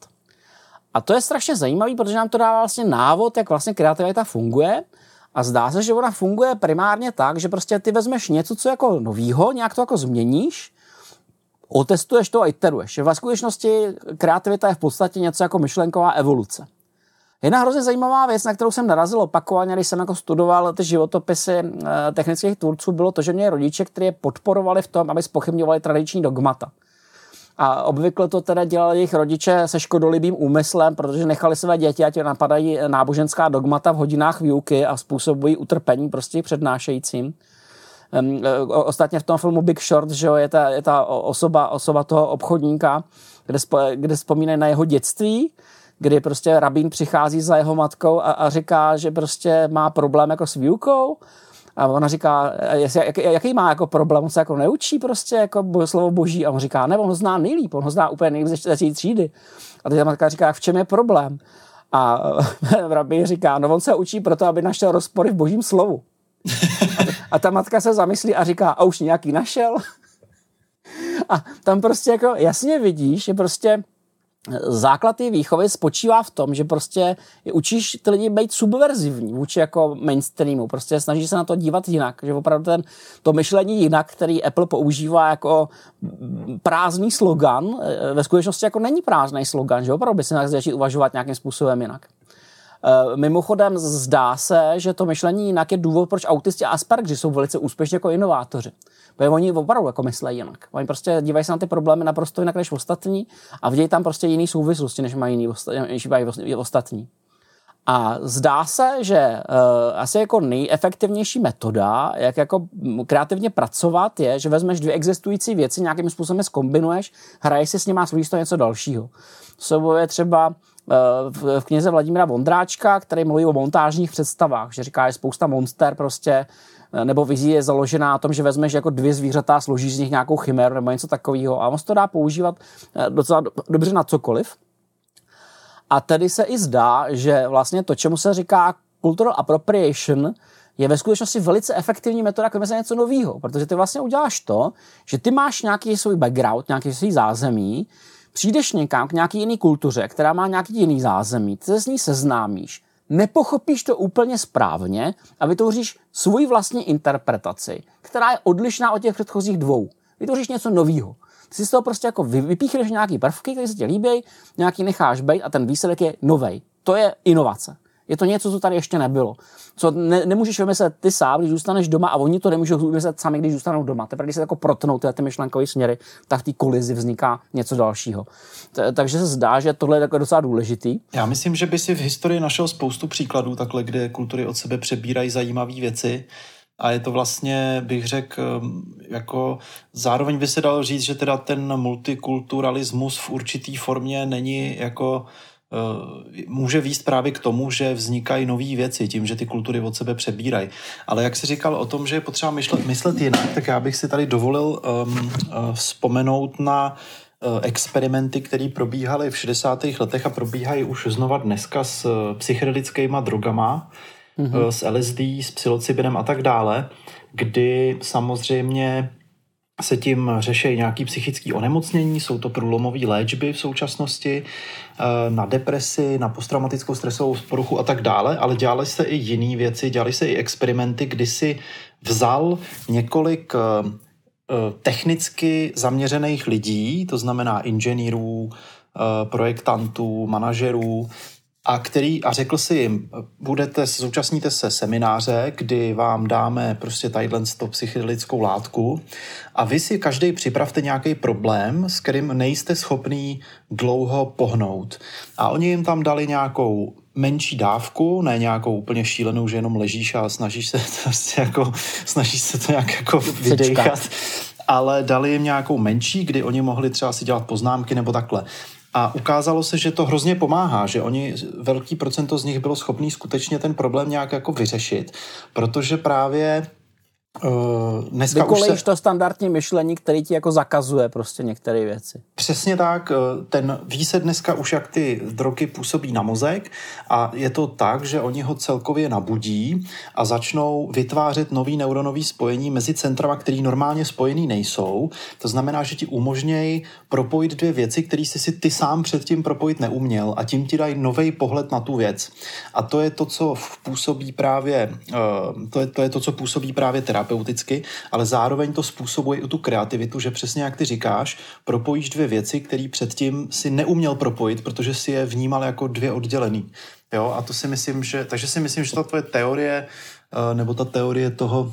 [SPEAKER 3] A to je strašně zajímavý, protože nám to dává vlastně návod, jak vlastně kreativita funguje. A zdá se, že ona funguje primárně tak, že prostě ty vezmeš něco, co jako novýho, nějak to jako změníš, otestuješ to a iteruješ. Ve skutečnosti kreativita je v podstatě něco jako myšlenková evoluce. Jedna hrozně zajímavá věc, na kterou jsem narazil opakovaně, když jsem jako studoval ty životopisy technických tvůrců, bylo to, že měli rodiče, kteří je podporovali v tom, aby zpochybňovali tradiční dogmata. A obvykle to teda dělali jejich rodiče se škodolibým úmyslem, protože nechali své děti, ať napadají náboženská dogmata v hodinách výuky a způsobují utrpení prostě přednášejícím. Ostatně v tom filmu Big Short, že je ta osoba toho obchodníka, kde vzpomínají na jeho dětství, kdy prostě rabín přichází za jeho matkou a říká, že prostě má problém jako s výukou. A ona říká, jaký má jako problém, on se jako neučí prostě jako slovo boží. A on říká, ne, on ho zná nejlíp, on ho zná úplně nejlíp ze tří třídy. A teď ta matka říká, v čem je problém? A rabín říká, no on se učí proto, aby našel rozpory v božím slovu. A ta matka se zamyslí a říká, a už nějaký našel? A tam prostě jako jasně vidíš, že prostě základ té výchovy spočívá v tom, že prostě učíš ty lidi být subverzivní vůči jako mainstreamu, prostě snaží se na to dívat jinak, že opravdu to myšlení jinak, který Apple používá jako prázdný slogan, ve skutečnosti jako není prázdný slogan, že opravdu by se začít uvažovat nějakým způsobem jinak. Mimochodem zdá se, že to myšlení jinak je důvod, proč autisti a Aspergeri jsou velice úspěšní jako inovátoři. Protože oni opravdu jako myslí jinak. Oni prostě dívají se na ty problémy naprosto jinak než ostatní a vidějí tam prostě jiný souvislosti, než mají ostatní. A zdá se, že asi jako nejefektivnější metoda, jak jako kreativně pracovat, je, že vezmeš dvě existující věci, nějakým způsobem zkombinuješ, hraješ si s nimi a slížíš to něco dalšího. To je třeba v knize Vladimíra Vondráčka, který mluví o montážních představách, že říká, že spousta monster prostě, nebo vizí je založená na tom, že vezmeš jako dvě zvířata a složíš z nich nějakou chiméru nebo něco takového a on se to dá používat docela dobře na cokoliv. A tedy se i zdá, že vlastně to, čemu se říká cultural appropriation, je ve skutečnosti velice efektivní metoda k vymyslet něco nového, protože ty vlastně uděláš to, že ty máš nějaký svůj background, nějaký svůj zázemí, přijdeš někam k nějaký jiný kultuře, která má nějaký jiný zázemí, ty se s ní seznámíš, nepochopíš to úplně správně a vytvoříš svůj vlastní interpretaci, která je odlišná od těch předchozích dvou. Vytvoříš něco nového. Ty si z toho prostě jako vypíchneš nějaký prvky, které se ti líbí, nějaký necháš bejt a ten výsledek je novej. To je inovace. Je to něco, co tady ještě nebylo. Co nemůžeš vymyslet ty sám, když zůstaneš doma, a oni to nemůžou vymyslet sami, když zůstanou doma. Teprve když se jako protnou ty myšlenkové směry, tak v té kolizi vzniká něco dalšího. Takže se zdá, že tohle je docela důležitý.
[SPEAKER 2] Já myslím, že by si v historii našel spoustu příkladů takhle, kde kultury od sebe přebírají zajímavé věci. A je to vlastně, bych řekl, jako zároveň by se dalo říct, že teda ten multikulturalismus v určitý formě není jako může vést právě k tomu, že vznikají nové věci tím, že ty kultury od sebe přebírají. Ale jak jsi říkal o tom, že je potřeba myslet jinak, tak já bych si tady dovolil vzpomenout na experimenty, které probíhaly v 60. letech a probíhají už znova dneska s psychedelickýma drogama, s LSD, s psilocybinem a tak dále, kdy samozřejmě se tím řeší nějaké psychické onemocnění, jsou to průlomové léčby v současnosti na depresi, na posttraumatickou stresovou poruchu a tak dále, ale dělaly se i jiné věci, dělaly se i experimenty, kdy si vzal několik technicky zaměřených lidí, to znamená inženýrů, projektantů, manažerů, a řekl si jim, zúčastníte se semináře, kdy vám dáme prostě tadyhle psychedelickou látku a vy si každý připravte nějaký problém, s kterým nejste schopný dlouho pohnout. A oni jim tam dali nějakou menší dávku, ne nějakou úplně šílenou, že jenom ležíš a snažíš se to nějak jako vydejchat, ale dali jim nějakou menší, kdy oni mohli třeba si dělat poznámky nebo takhle. A ukázalo se, že to hrozně pomáhá, že velký procento z nich bylo schopný skutečně ten problém nějak jako vyřešit, protože právě dneska
[SPEAKER 3] vykolejš to standardní myšlení, který ti jako zakazuje prostě některé věci.
[SPEAKER 2] Přesně tak, ví se dneska už, jak ty drogy působí na mozek a je to tak, že oni ho celkově nabudí a začnou vytvářet nový neuronový spojení mezi centrama, který normálně spojený nejsou. To znamená, že ti umožnějí propojit dvě věci, které jsi ty sám předtím propojit neuměl a tím ti dají nový pohled na tu věc. A to je to, co působí právě terapeuticky, ale zároveň to způsobuje i tu kreativitu, že přesně jak ty říkáš, propojíš dvě věci, které předtím si neuměl propojit, protože si je vnímal jako dvě oddělený. Jo? A to si myslím, že ta tvoje teorie, nebo ta teorie toho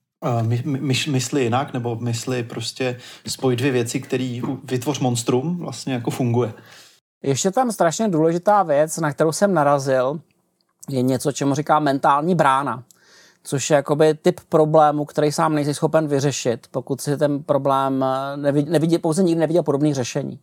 [SPEAKER 2] mysli jinak, nebo mysli prostě spojit dvě věci, které vytvoř monstrum, vlastně jako funguje.
[SPEAKER 3] Ještě tam strašně důležitá věc, na kterou jsem narazil, je něco, čemu říká mentální brána. Což je jakoby typ problému, který sám nejsi schopen vyřešit, pokud si ten problém pouze nikdy neviděl podobných řešení.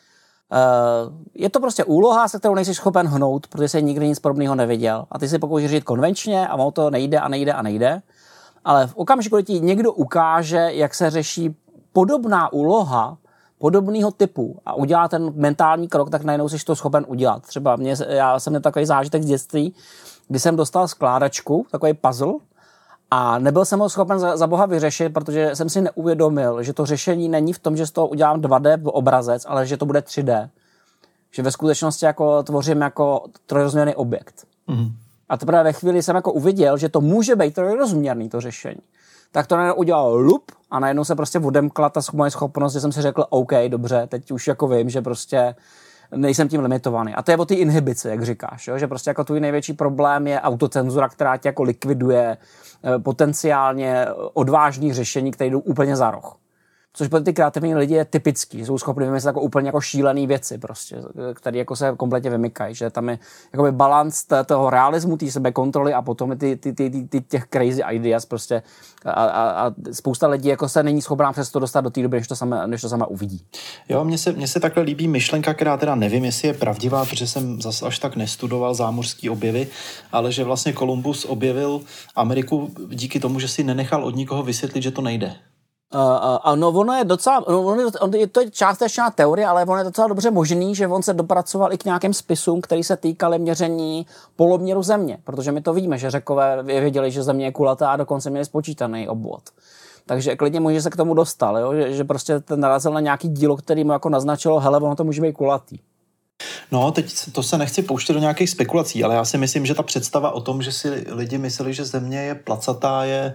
[SPEAKER 3] Je to prostě úloha, se kterou nejsi schopen hnout, protože jsi nikdy nic podobného neviděl. A ty si pokoušíš žít konvenčně a ono to nejde. Ale v okamžiku, kdy ti někdo ukáže, jak se řeší podobná úloha, podobného typu a udělá ten mentální krok, tak najednou jsi to schopen udělat. Třeba já jsem měl takový zážitek z dětství, kdy jsem dostal skládačku, takový puzzle, a nebyl jsem ho schopen za boha vyřešit, protože jsem si neuvědomil, že to řešení není v tom, že z toho udělám 2D obrazec, ale že to bude 3D. Že ve skutečnosti jako tvořím jako trojrozměrný objekt. Mm. A teprve ve chvíli jsem jako uviděl, že to může být trojrozměrný to řešení. Tak to najednou udělal lup a najednou se prostě odemkla ta moje schopnost, že jsem si řekl, OK, dobře, teď už jako vím, že prostě nejsem tím limitovaný. A to je o té inhibici, jak říkáš, jo? Že prostě jako tvůj největší problém je autocenzura, která tě jako likviduje potenciálně odvážný řešení, které jdou úplně za roh. Což pro ty kreativní lidi je typický, jsou schopni vymyslet jako úplně jako šílený věci prostě, které jako se kompletně vymykají, že tam je jakoby balans toho realismu, té sebekontroly a potom ty těch crazy ideas prostě a spousta lidí jako se není schopná přes to dostat do té doby, než to sama uvidí.
[SPEAKER 2] Jo, mně se takhle líbí myšlenka, která teda nevím, jestli je pravdivá, protože jsem zase až tak nestudoval zámořský objevy, ale že vlastně Kolumbus objevil Ameriku díky tomu, že si nenechal od nikoho vysvětlit, že to nejde.
[SPEAKER 3] No ono je docela, to je částečná teorie, ale ono je docela dobře možný, že on se dopracoval i k nějakým spisům, které se týkaly měření poloměru země, protože my to víme, že Řekové věděli, že země je kulatá a dokonce měli spočítaný obvod. Takže klidně může se k tomu dostal, jo? Že prostě ten narazil na nějaký dílo, který mu jako naznačilo, hele, ono to může být kulatý.
[SPEAKER 2] No, teď to se nechci pouštět do nějakých spekulací, ale já si myslím, že ta představa o tom, že si lidi mysleli, že země je placatá, je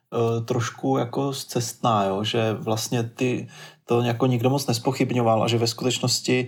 [SPEAKER 2] trošku jako zcestná, jo? Že vlastně to jako nikdo moc nespochybňoval a že ve skutečnosti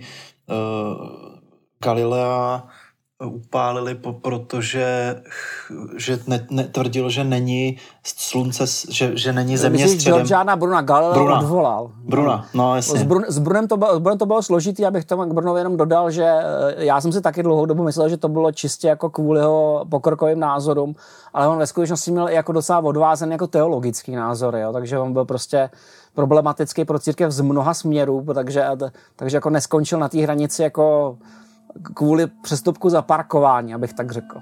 [SPEAKER 2] Galilea upálili, protože tvrdil, že není slunce, že není země středem.
[SPEAKER 3] Georgiana Bruna Galileo odvolal.
[SPEAKER 2] Bruna, no jasně.
[SPEAKER 3] S Brunem to bylo složitý, abych tomu k Brunovi jenom dodal, že já jsem si taky dlouhou dobu myslel, že to bylo čistě jako kvůli jeho pokrokovým názorům, ale on ve skutečnosti měl jako docela odvázen jako teologický názor, jo? Takže on byl prostě problematický pro církev z mnoha směrů, takže jako neskončil na té hranici jako kvůli přestupku za parkování, abych tak řekl.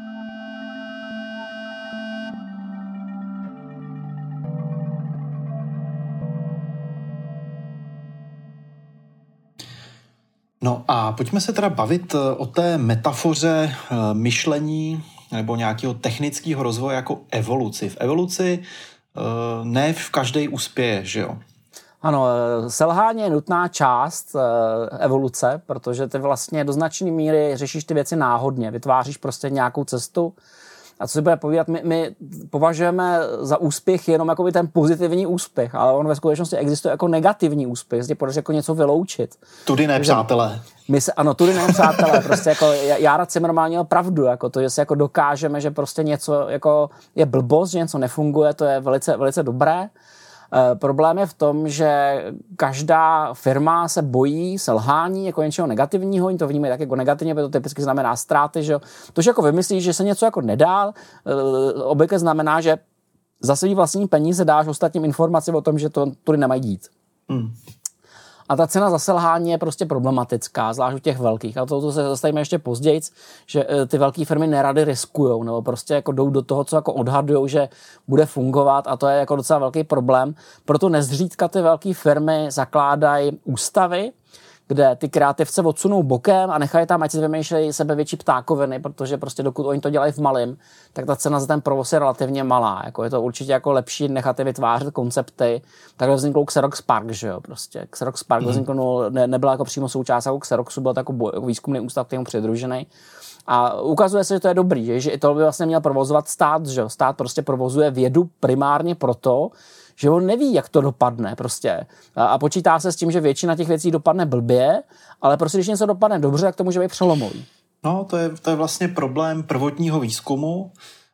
[SPEAKER 2] No a pojďme se teda bavit o té metafoře myšlení nebo nějakého technického rozvoje jako evoluci. V evoluci ne v každej uspěje, že jo?
[SPEAKER 3] Ano, selhání je nutná část evoluce, protože ty vlastně do značné míry řešíš ty věci náhodně, vytváříš prostě nějakou cestu. A co si bude povídat, my považujeme za úspěch jenom jako ten pozitivní úspěch, ale on ve skutečnosti existuje jako negativní úspěch, zde podaří jako něco vyloučit.
[SPEAKER 2] Tudy ne, přátelé.
[SPEAKER 3] Tudy ne, přátelé, prostě jako Jára Cimrman měl pravdu, jako to, že si jako dokážeme, že prostě něco jako je blbost, že něco nefunguje, to je velice, velice dobré. Problém je v tom, že každá firma se bojí selhání jako něčeho negativního, oni to vnímají tak jako negativně, protože to typicky znamená ztráty, že jo. To, že jako vymyslíš, že se něco jako nedá, obvykle znamená, že za svý vlastní peníze dáš ostatním informaci o tom, že to tudy nemají dít. A ta cena za selhání je prostě problematická, zvlášť u těch velkých. A to se zastavíme ještě později, že ty velké firmy nerady riskujou, nebo prostě jako jdou do toho, co jako odhadujou, že bude fungovat, a to je jako docela velký problém. Proto nezřídka ty velké firmy zakládají ústavy, kde ty kreativce odsunou bokem a nechají tam, ať si vymýšlejí sebevětší ptákoviny, protože prostě dokud oni to dělají v malém, tak ta cena za ten provoz je relativně malá. Jako je to určitě jako lepší nechat je vytvářet koncepty. Takhle vznikl Xerox PARC, že jo, prostě. Xerox PARC vznikl, nebyla jako přímo součást jako Xeroxu, byl to jako výzkumný ústav, který mu přidružený. A ukazuje se, že to je dobrý, že i to by vlastně měl provozovat stát, že jo. Stát prostě provozuje vědu primárně proto, že on neví, jak to dopadne prostě. A počítá se s tím, že většina těch věcí dopadne blbě, ale prostě když něco dopadne dobře, tak to může být přelomový.
[SPEAKER 2] No, to je vlastně problém prvotního výzkumu,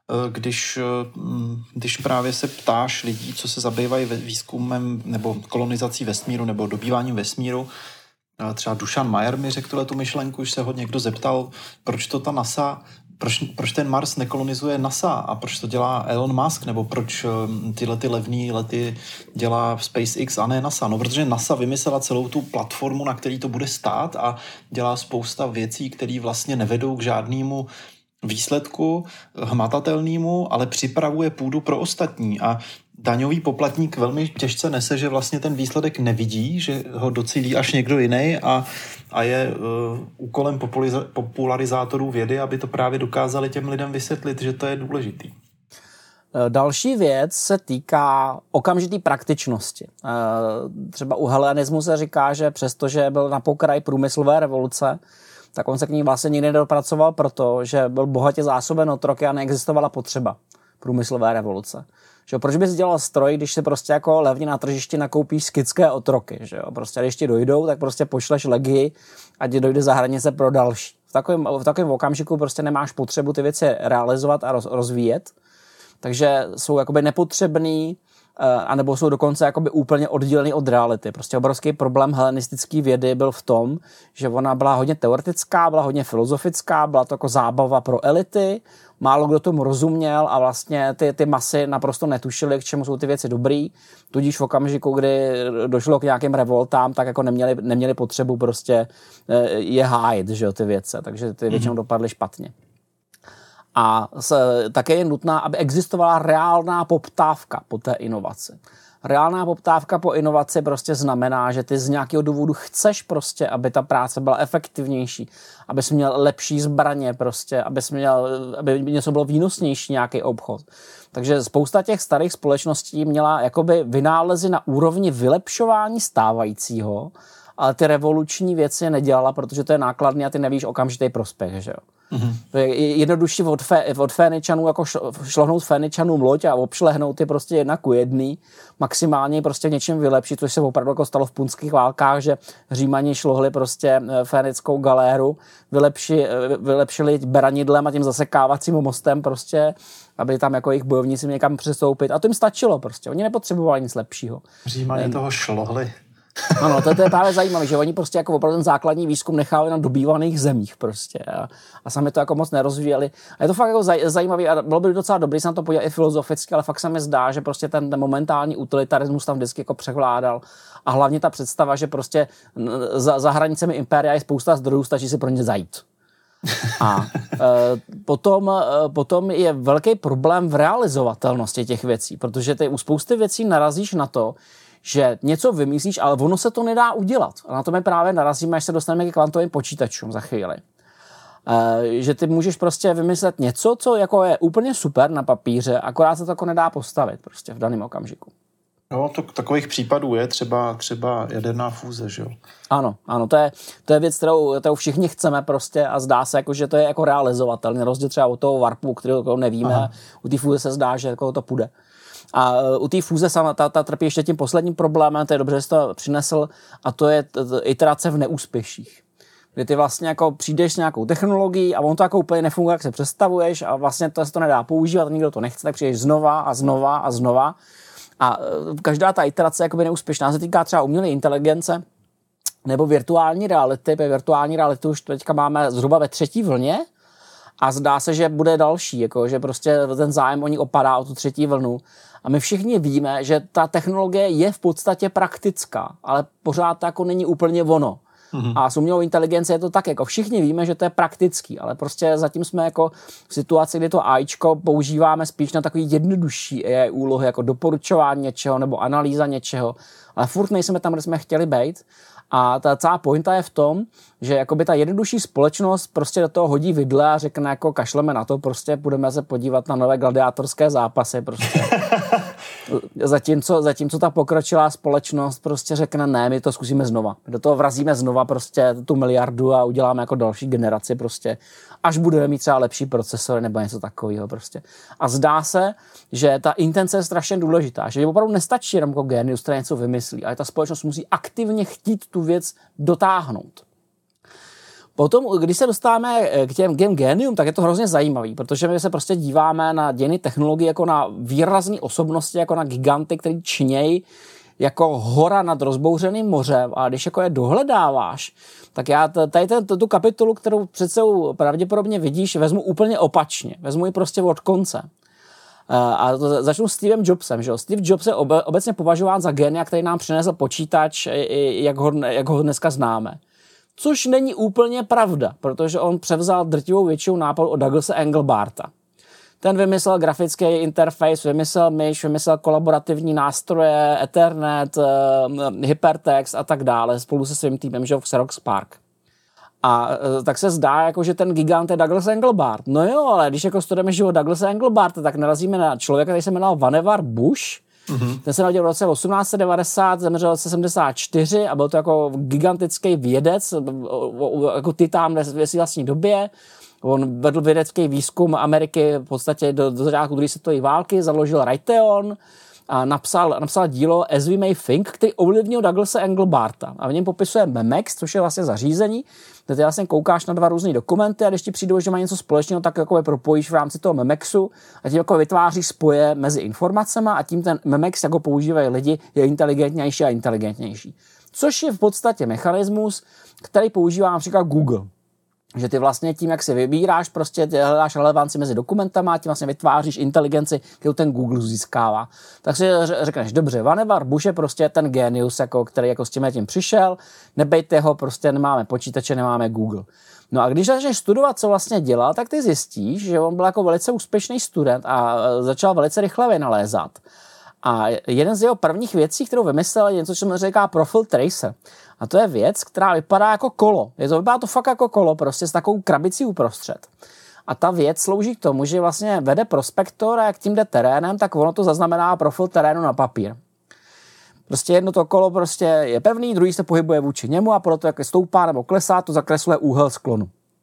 [SPEAKER 2] když právě se ptáš lidí, co se zabývají výzkumem nebo kolonizací vesmíru nebo dobýváním vesmíru. Třeba Dušan Mayer mi řekl tu myšlenku, už se ho někdo zeptal, proč to ta NASA, proč ten Mars nekolonizuje NASA a proč to dělá Elon Musk, nebo proč tyhle ty levný lety dělá SpaceX a ne NASA. No, protože NASA vymyslela celou tu platformu, na který to bude stát, a dělá spousta věcí, které vlastně nevedou k žádnému výsledku hmatatelnému, ale připravuje půdu pro ostatní. A daňový poplatník velmi těžce nese, že vlastně ten výsledek nevidí, že ho docílí až někdo jiný, a je úkolem popularizátorů vědy, aby to právě dokázali těm lidem vysvětlit, že to je důležitý.
[SPEAKER 3] Další věc se týká okamžitý praktičnosti. Třeba u helenismu se říká, že přestože byl na pokraji průmyslové revoluce, tak on se k ní vlastně nikdy nedopracoval, protože byl bohatě zásoben otroky a neexistovala potřeba průmyslové revoluce. Že jo, proč bys dělal stroj, když se prostě jako levně na tržišti nakoupíš skitské otroky, že jo? Prostě když ti dojdou, tak prostě pošleš legii a ti dojde za hranice pro další. V takovém okamžiku prostě nemáš potřebu ty věci realizovat a rozvíjet, takže jsou jakoby nepotřebný, anebo jsou dokonce jakoby úplně oddělený od reality. Prostě obrovský problém helenistické vědy byl v tom, že ona byla hodně teoretická, byla hodně filozofická, byla to jako zábava pro elity, málo kdo tomu rozuměl a vlastně ty masy naprosto netušily, k čemu jsou ty věci dobrý, tudíž v okamžiku, kdy došlo k nějakým revoltám, tak jako neměli potřebu prostě je hájit, že jo, ty věci, takže ty většinou dopadly špatně. A také je nutná, aby existovala reálná poptávka po té inovaci. Reálná poptávka po inovaci prostě znamená, že ty z nějakého důvodu chceš prostě, aby ta práce byla efektivnější, abys měl lepší zbraně prostě, aby něco bylo výnosnější, nějaký obchod. Takže spousta těch starých společností měla jakoby vynálezy na úrovni vylepšování stávajícího, ale ty revoluční věci nedělala, protože to je nákladné a ty nevíš okamžitý prospěch, že jo. To je jednodušší od Féničanů jako šlohnout Féničanům loď a obšlehnout je prostě 1:1, maximálně prostě v něčem vylepšit, což se opravdu jako stalo v punských válkách, že Římani šlohli prostě fénickou galéru, vylepšili beranidlem a tím zasekávacím mostem prostě, aby tam jako jejich bojovníci někam přestoupit. A to jim stačilo prostě, oni nepotřebovali nic lepšího.
[SPEAKER 2] Římani toho šlohli.
[SPEAKER 3] Ano, to je právě zajímavé, že oni prostě jako opravdu ten základní výzkum nechávali na dobývaných zemích prostě a sami to jako moc nerozvíjeli. A je to fakt jako zajímavé a bylo by docela dobrý se na to podívat i filozoficky, ale fakt se mi zdá, že prostě ten momentální utilitarismus tam vždycky jako převládal a hlavně ta představa, že prostě za hranicemi impéria je spousta zdrojů, stačí si pro ně zajít. A potom je velký problém v realizovatelnosti těch věcí, protože ty u spousty věcí narazíš na to, že něco vymyslíš, ale ono se to nedá udělat. A na to my právě narazíme, až se dostaneme k kvantovým počítačům za chvíli. Že ty můžeš prostě vymyslet něco, co jako je úplně super na papíře, akorát se to jako nedá postavit prostě v daném okamžiku.
[SPEAKER 2] No, takových případů je třeba jaderná fúze, že jo?
[SPEAKER 3] Ano, to je věc, kterou všichni chceme prostě a zdá se, jako, že to je jako realizovatelný. Rozdíl třeba od toho warpu, kterého nevíme. Aha. U té fúze se zdá, že jako to půjde. A u té fúze sama ta trpí ještě tím posledním problémem, to je dobře, že jsi to přinesl, a to je iterace v neúspěších. Kdy ty vlastně jako přijdeš s nějakou technologií a on to jako úplně nefunguje, jak se představuješ a vlastně to se to nedá používat, nikdo to nechce, tak přijdeš znova a znova a znova. A každá ta iterace je jakoby neúspěšná. Se týká třeba umělé inteligence nebo virtuální reality. Virtuální realitu už teďka máme zhruba ve 3. vlně a zdá se, že bude další, jako, že prostě ten zájem o ní opadá, o tu 3. vlnu. A my všichni víme, že ta technologie je v podstatě praktická, ale pořád to jako není úplně ono. A s umělou inteligencí je to tak, jako všichni víme, že to je praktický, ale prostě zatím jsme jako v situaci, kdy to AIčko používáme spíš na takový jednodušší AI úlohy, jako doporučování něčeho nebo analýza něčeho, ale furt nejsme tam, kde jsme chtěli být. A ta celá pointa je v tom, že jakoby ta jednodušší společnost prostě do toho hodí vidle a řekne jako kašleme na to, prostě budeme se podívat na nové gladiátorské zápasy prostě. Zatímco ta pokročilá společnost prostě řekne ne, my to zkusíme znova. Do toho vrazíme znova prostě tu miliardu a uděláme jako další generaci prostě, až budeme mít třeba lepší procesory nebo něco takového prostě. A zdá se, že ta intence je strašně důležitá, že opravdu nestačí jenom jako génius, který něco vymyslí, ale ta společnost musí aktivně chtít tu věc dotáhnout. Potom, když se dostáváme k těm génium, tak je to hrozně zajímavý, protože my se prostě díváme na dějiny technologie jako na výrazné osobnosti, jako na giganty, který čnějí jako hora nad rozbouřeným mořem, a když jako je dohledáváš, tak já tady tu kapitolu, kterou přece pravděpodobně vidíš, vezmu úplně opačně. Vezmu ji prostě od konce. A začnu s Stevem Jobsem. Že? Steve Jobs je obecně považován za génia, který nám přinesl počítač, jak ho dneska známe. Což není úplně pravda, protože on převzal drtivou většinu nápadu od Douglase Engelbarta. Ten vymyslel grafický interface, vymyslel myš, vymyslel kolaborativní nástroje, Ethernet, hypertext a tak dále, spolu se svým týmem, že v Xerox PARC. A tak se zdá, jako, že ten gigant je Douglas Engelbart. No jo, ale když jako studujeme život Douglase Engelbarta, tak narazíme na člověka, který se jmenoval Vannevar Bush. Ten se narodil v roce 1890, zemřel v roce 74 a byl to jako gigantický vědec, jako titán ve své vlastní době. On vedl vědecký výzkum Ameriky v podstatě do začátku druhé světové války, založil Raytheon a napsal dílo As We May Think, který ovlivnil Douglase Engelbarta. A v něm popisuje Memex, což je vlastně zařízení, kde ty vlastně koukáš na 2 různé dokumenty a když ti přijde, že má něco společného, tak jako je propojíš v rámci toho Memexu a tím jako vytváříš spoje mezi informacemi a tím ten Memex, jako používají lidi, je inteligentnější a inteligentnější. Což je v podstatě mechanismus, který používá například Google. Že ty vlastně tím, jak si vybíráš, prostě ty hledáš relevanci mezi dokumentama, tím vlastně vytváříš inteligenci, kterou ten Google získává. Tak si řekneš, dobře, Vannevar Bush je prostě ten genius, jako, který jako s tím přišel, nebejte ho, prostě nemáme počítače, nemáme Google. No a když začneš studovat, co vlastně dělal, tak ty zjistíš, že on byl jako velice úspěšný student a začal velice rychle vynalézat. A jeden z jeho prvních věcí, kterou vymyslel, je něco, co se říká profil tracer. A to je věc, která vypadá jako kolo. Vypadá to fakt jako kolo, prostě s takovou krabicí uprostřed. A ta věc slouží k tomu, že vlastně vede prospektor a jak tím jde terénem, tak ono to zaznamená profil terénu na papír. Prostě jedno to kolo prostě je pevný, druhý se pohybuje vůči němu a proto, jak stoupá nebo klesá, to zakresluje úhel sklonu.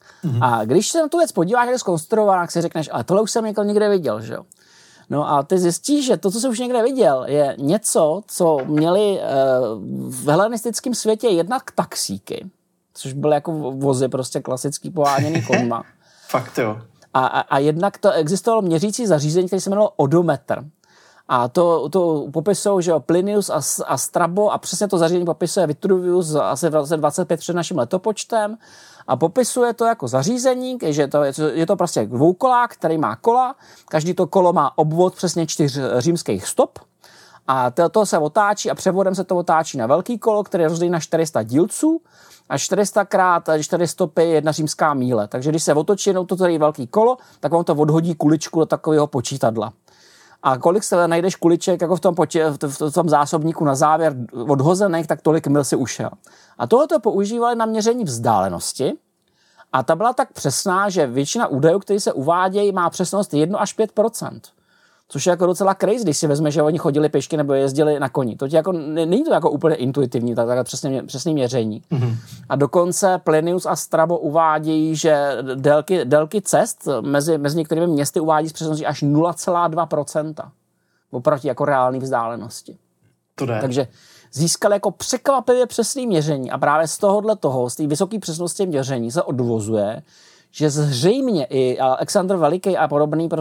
[SPEAKER 3] A když se na tu věc podíváš, jak je zkonstruovaná, tak si řekneš, ale tohle už jsem někde viděl, že jo. No a ty zjistíš, že to, co jsi už někde viděl, je něco, co měli v helenistickém světě jednak taxíky, což byly jako vozy prostě klasický poháněný konma.
[SPEAKER 2] Fakt jo.
[SPEAKER 3] A jednak to existovalo měřící zařízení, které se jmenovalo odometr. A to popisují, že jo, Plinius a Strabo a přesně to zařízení popisuje Vitruvius asi v roce 25 před naším letopočtem a popisuje to jako zařízení, že je to prostě dvoukolák, který má kola, každý to kolo má obvod přesně 4 římských stop a to se otáčí a převodem se to otáčí na velký kolo, který je rozdělený na 400 dílců a 400 krát 4 stopy je 1 římská míle. Takže když se otočí jenom to tady velký kolo, tak on to odhodí kuličku do takového počítadla. A kolik se najdeš kuliček jako v tom zásobníku na závěr odhozených, tak tolik mil si ušel. A tohle používali na měření vzdálenosti a ta byla tak přesná, že většina údajů, které se uvádějí, má přesnost 1 až 5%. Což je jako docela crazy, když si vezme, že oni chodili pěšky nebo jezdili na koni. To jako, není to jako úplně intuitivní, tak přesné měření. Mm-hmm. A dokonce Plinius a Strabo uvádějí, že délky cest mezi některými městy uvádí s přesností až 0,2% oproti jako reální vzdálenosti.
[SPEAKER 2] To jde.
[SPEAKER 3] Takže získali jako překvapivě přesné měření a právě z té vysoké přesnosti měření se odvozuje, že zřejmě i Alexandr Veliký a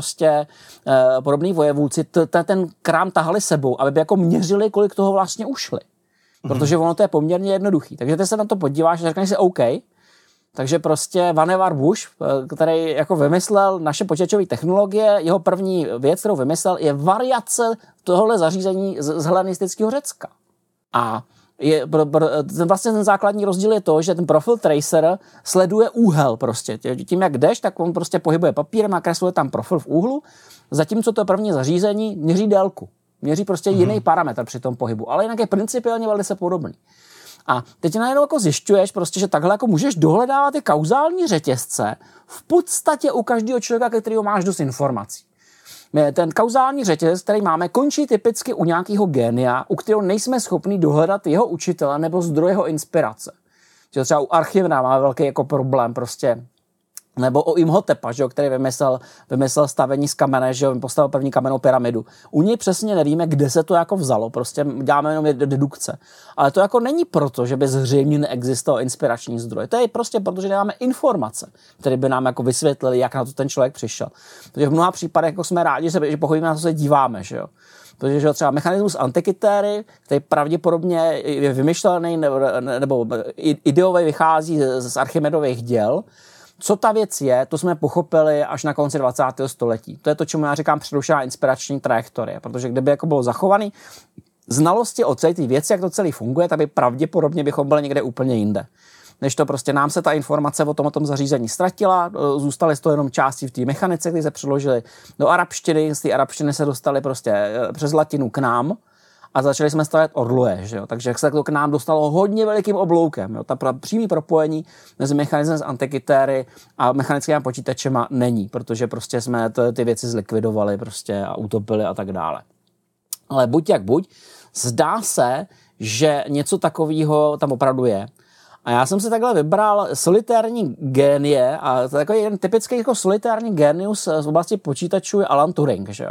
[SPEAKER 3] podobný vojevůdci ten krám tahali sebou, aby jako měřili, kolik toho vlastně ušli. Protože ono to je poměrně jednoduchý. Takže ty se na to podíváš a řekneš si OK. Takže prostě Vannevar Bush, který jako vymyslel naše počítačové technologie, jeho první věc, kterou vymyslel, je variace tohohle zařízení z helenistického Řecka. A vlastně ten základní rozdíl je to, že ten profil tracer sleduje úhel prostě. Tím, jak jdeš, tak on prostě pohybuje papírem a kresluje tam profil v úhlu, zatímco to první zařízení měří délku. Měří prostě jiný parametr při tom pohybu, ale jinak je principiálně velice podobný. A teď najednou jako zjišťuješ prostě, že takhle jako můžeš dohledávat ty kauzální řetězce v podstatě u každého člověka, ke kterého máš dost informací. Ten kauzální řetězec, který máme, končí typicky u nějakého génia, u kterého nejsme schopni dohledat jeho učitele nebo zdroj jeho inspirace. Že třeba u Archimeda má velký jako problém prostě, nebo o Imhotepa, že, který vymyslel stavení z kamene, že postavil první kamennou pyramidu. U něj přesně nevíme, kde se to jako vzalo, prostě děláme jenom dedukce. Ale to jako není proto, že by zřejmě neexistoval inspirační zdroj. To je prostě proto, že nemáme informace, které by nám jako vysvětlili, jak na to ten člověk přišel. Takže v mnoha případech jako jsme rádi, že pochopíme, na co se díváme, že jo. Protože třeba mechanismus Antikytéry, který pravděpodobně je vymyšlený nebo ideově vychází z Archimedových děl. Co ta věc je, to jsme pochopili až na konci 20. století. To je to, čemu já říkám přerušená inspirační trajektorie, protože kdyby jako bylo zachovaný znalosti o celé té věci, jak to celý funguje, tak by pravděpodobně bychom byli někde úplně jinde. Než to prostě nám se ta informace o tom zařízení ztratila, zůstaly z toho jenom části v té mechanice, které se přeložily do arabštiny, z té arabštiny se dostaly prostě přes latinu k nám, a začali jsme stavět orloje, že jo? Takže se to k nám dostalo hodně velikým obloukem. Jo? Ta přímý propojení mezi mechanismem z Antikytéry a mechanickými počítačema není, protože prostě jsme ty věci zlikvidovali prostě a utopili a tak dále. Ale buď jak buď, zdá se, že něco takového tam opravdu je. A já jsem si takhle vybral solitérní génie a takový jeden typický jako solitérní génius z oblasti počítačů je Alan Turing, že jo?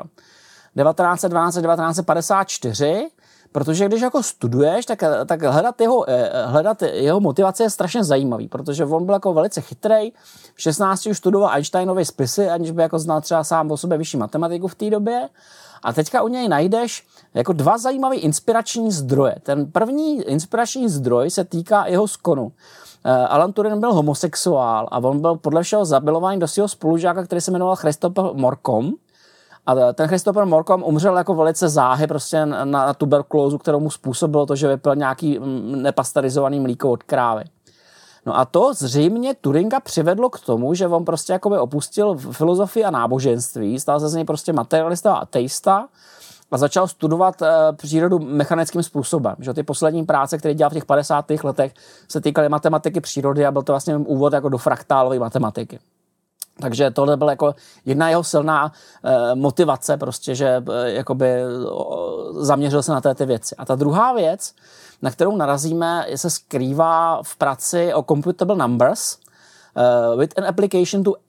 [SPEAKER 3] 1912-1954, protože když jako studuješ, tak hledat jeho motivace je strašně zajímavý, protože on byl jako velice chytrej, v 16 už studoval Einsteinovy spisy, aniž by jako znal třeba sám o sobě vyšší matematiku v té době. A teďka u něj najdeš jako 2 zajímavé inspirační zdroje. Ten první inspirační zdroj se týká jeho skonu. Alan Turing byl homosexuál a on byl podle všeho zabilovaný do svého spolužáka, který se jmenoval Christopher Morcom. A ten Christopher Morcom umřel jako velice záhy prostě na tuberkulózu, kterou mu způsobilo to, že vypil nějaký nepasterizovaný mlíko od krávy. No a to zřejmě Turinga přivedlo k tomu, že on prostě jakoby opustil filozofii a náboženství, stal se z něj prostě materialista a ateista a začal studovat přírodu mechanickým způsobem. Že ty poslední práce, které dělal v těch 50. letech, se týkaly matematiky přírody a byl to vlastně úvod jako do fraktálové matematiky. Takže tohle byla jako jedna jeho silná motivace, prostě, že jakoby zaměřil se na ty věci. A ta druhá věc, na kterou narazíme, se skrývá v práci o computable numbers, with an application to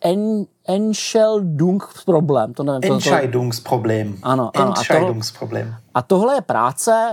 [SPEAKER 3] Entscheidungsproblem.
[SPEAKER 2] Entscheidungsproblem.
[SPEAKER 3] Ano.
[SPEAKER 2] Entscheidungsproblem.
[SPEAKER 3] A tohle je práce,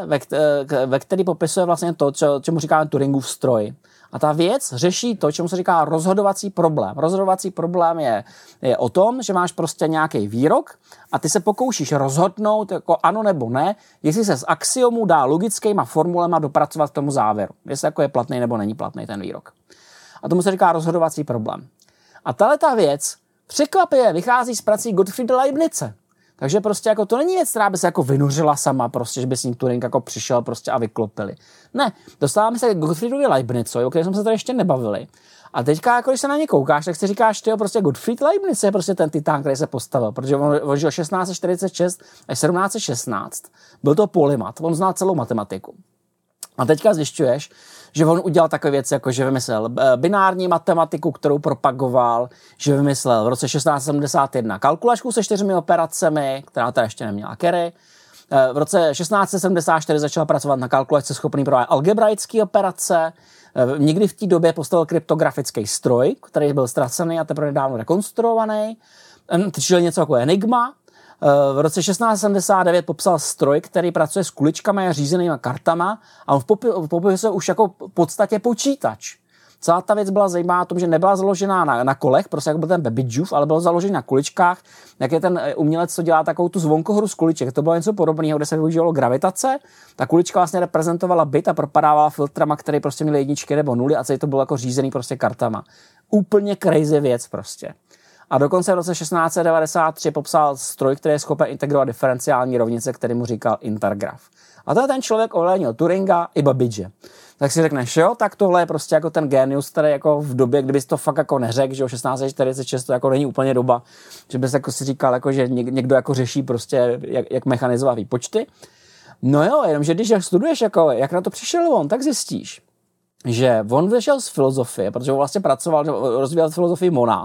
[SPEAKER 3] ve které popisuje vlastně to, čemu říkáme Turingův stroj. A ta věc řeší to, čemu se říká rozhodovací problém. Rozhodovací problém je o tom, že máš prostě nějaký výrok a ty se pokoušíš rozhodnout jako ano nebo ne, jestli se z axiomů dá logickýma formulema dopracovat k tomu závěru. Jestli jako je platný nebo není platný ten výrok. A tomu se říká rozhodovací problém. A tahleta věc překvapivě vychází z prací Gottfrieda Leibnize. Takže prostě jako to není věc, která by se jako vynořila sama, prostě, že by s ním Turing jako přišel prostě a vyklopili. Ne, dostáváme se k Gottfriedovi Leibnizovi, o kterém jsme se tady ještě nebavili. A teďka, jako když se na ně koukáš, tak si říkáš, tyjo, prostě Gottfried Leibniz je prostě ten titán, který se postavil, protože on žil 1646 až 1716. Byl to polymat, on znal celou matematiku. A teďka zjišťuješ, že on udělal takové věci, jako že vymyslel binární matematiku, kterou propagoval, že vymyslel v roce 1671 kalkulačku se 4 operacemi, která teda ještě neměla Carry. V roce 1674 začal pracovat na kalkulačce schopný provádět algebraické operace. Někdy v té době postavil kryptografický stroj, který byl ztracený a teprve nedávno rekonstruovaný. Čili něco jako Enigma. V roce 1679 popsal stroj, který pracuje s kuličkami a řízenými kartama a on popisuje už jako v podstatě počítač. Celá ta věc byla zajímavá tom, že nebyla založená na kolech, prostě jako byl ten Babbageův, ale byl založený na kuličkách, jak je ten umělec, co dělá takovou tu zvonkohru z kuliček. To bylo něco podobného, kde se využívalo gravitace. Ta kulička vlastně reprezentovala bit a propadávala filtrama, které prostě měly jedničky nebo nuly a celý to bylo jako řízený prostě kartama. Úplně crazy věc prostě. A dokonce v roce 1693 popsal stroj, který je schopen integrovat diferenciální rovnice, který mu říkal intergraf. A to je ten člověk ovládnil Turinga i Babbage. Tak si řekneš, jo, tak tohle je prostě jako ten genius, který jako v době, kdybys to fakt jako neřekl, že o 1646 to jako není úplně doba, že bys jako si říkal, jako, že někdo jako řeší prostě, jak mechanizovat výpočty. No jo, jenomže když studuješ, jako, jak na to přišel on, tak zjistíš, že on vyšel z filozofie, protože on vlastně pracoval, rozvíjel filozofii monád.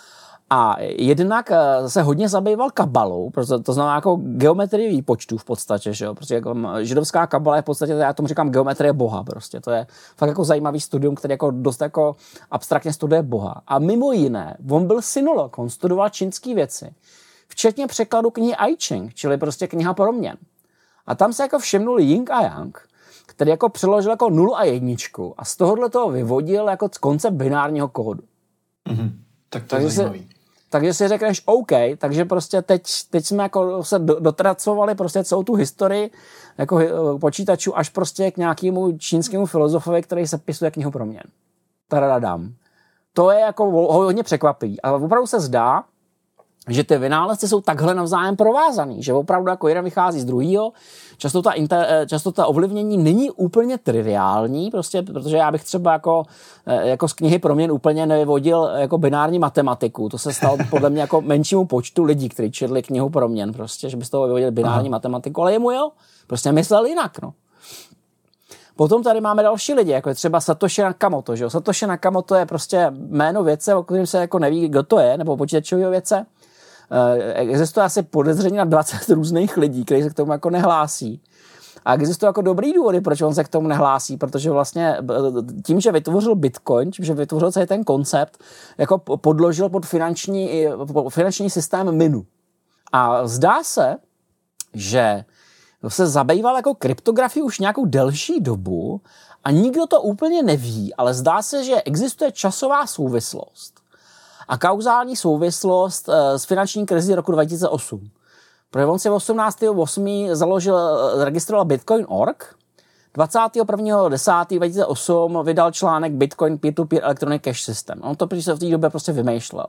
[SPEAKER 3] A jednak se hodně zabýval kabalou, protože to znamená jako geometrii výpočtů v podstatě, že jo? Prostě jako židovská kabala je v podstatě, já tomu říkám geometrie Boha prostě. To je fakt jako zajímavý studium, který jako dost jako abstraktně studuje Boha. A mimo jiné, on byl sinolog, on studoval čínský věci, včetně překladu knihy I Ching, čili prostě kniha proměn. A tam se jako všimnul Yin a Yang, který jako přeložil jako 0 a 1 a z tohohle toho vyvodil jako koncept binárního kódu.
[SPEAKER 2] Mm-hmm. Tak to je zajímavý.
[SPEAKER 3] Takže si řekneš OK, takže prostě teď jsme jako se dotracovali prostě celou tu historii jako počítačů až prostě k nějakému čínskému filozofovi, který se pisuje knihu proměn. Taradadam. To je jako hodně překvapivý. A opravdu se zdá, že ty vynálezci jsou takhle navzájem provázaný, že opravdu jako jeden vychází z druhého. Často ta ovlivnění není úplně triviální, prostě, protože já bych třeba jako z knihy proměn úplně nevyvodil jako binární matematiku. To se stalo podle mě jako menšímu počtu lidí, kteří četli knihu proměn, prostě, že by z toho vyvodil binární matematiku, ale jemu jo, prostě myslel jinak, no. Potom tady máme další lidi, jako je třeba Satoshi Nakamoto, že jo? Satoshi Nakamoto je prostě jméno vědce, o kterém se jako neví, kdo to je, nebo počítačového vědce. Existuje asi podezření na 20 různých lidí, kteří se k tomu jako nehlásí. A existují jako dobrý důvody, proč on se k tomu nehlásí, protože vlastně tím, že vytvořil Bitcoin, tím, že vytvořil celý ten koncept, jako podložil pod finanční systém minu. A zdá se, že se zabýval jako kryptografií už nějakou delší dobu a nikdo to úplně neví, ale zdá se, že existuje časová souvislost a kauzální souvislost s finanční krizí roku 2008. Protože on si 18.8. registroval Bitcoin.org, 21.10.2008 vydal článek Bitcoin Peer-to-Peer Electronic Cash System. On to v té době prostě vymýšlel.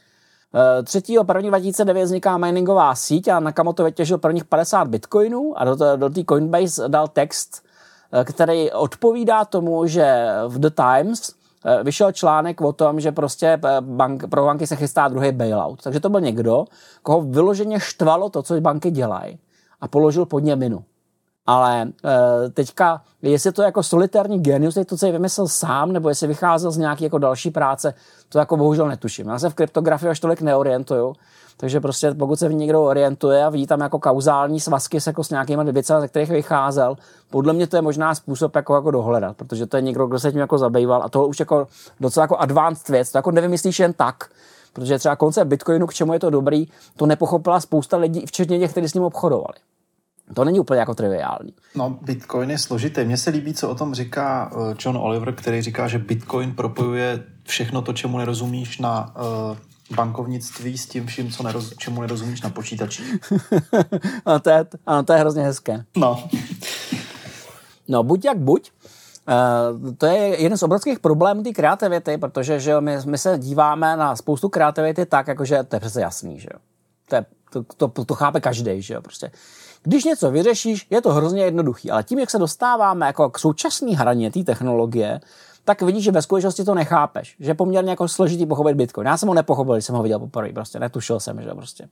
[SPEAKER 3] 3.1.2009 vzniká miningová síť a Nakamoto vytěžil prvních 50 bitcoinů a do té Coinbase dal text, který odpovídá tomu, že v The Times vyšel článek o tom, že prostě pro banky se chystá druhý bailout. Takže to byl někdo, koho vyloženě štvalo to, co banky dělají a položil pod ně minu. Ale teďka, jestli to jako solitární genius, je to, co je vymyslel sám, nebo jestli vycházel z nějaké jako další práce, to jako bohužel netuším. Já se v kryptografii až tolik neorientuju, Takže prostě pokud se v ní někdo orientuje a vidí tam jako kauzální svazky jako s nějakýma debicemi, ze kterých vycházel, podle mě to je možná způsob jako dohledat, protože to je někdo, kdo se tím jako zabýval a to už jako docela jako advanced věc, to jako nevymyslíš jen tak, protože třeba koncept Bitcoinu, k čemu je to dobrý, to nepochopila spousta lidí, včetně těch, kteří s ním obchodovali. To není úplně jako triviální.
[SPEAKER 2] No, Bitcoin je složitý. Mně se líbí, co o tom říká John Oliver, který říká, že Bitcoin propojuje všechno to, čemu nerozumíš na bankovnictví s tím vším, čemu nerozumíš na počítači.
[SPEAKER 3] Ano, to je hrozně hezké. No, buď jak buď. To je jeden z obrovských problémů té kreativity, protože že my se díváme na spoustu kreativity tak, jakože to je přece jasný, že jo. To chápe každý, že jo, prostě. Když něco vyřešíš, je to hrozně jednoduchý, ale tím, jak se dostáváme jako k současné hraně té technologie, tak vidíš, že ve skutečnosti to nechápeš, že je poměrně jako složitý pochopit Bitcoin. Já jsem ho nepochopil, když jsem ho viděl poprvé, prostě netušil jsem, že prostě.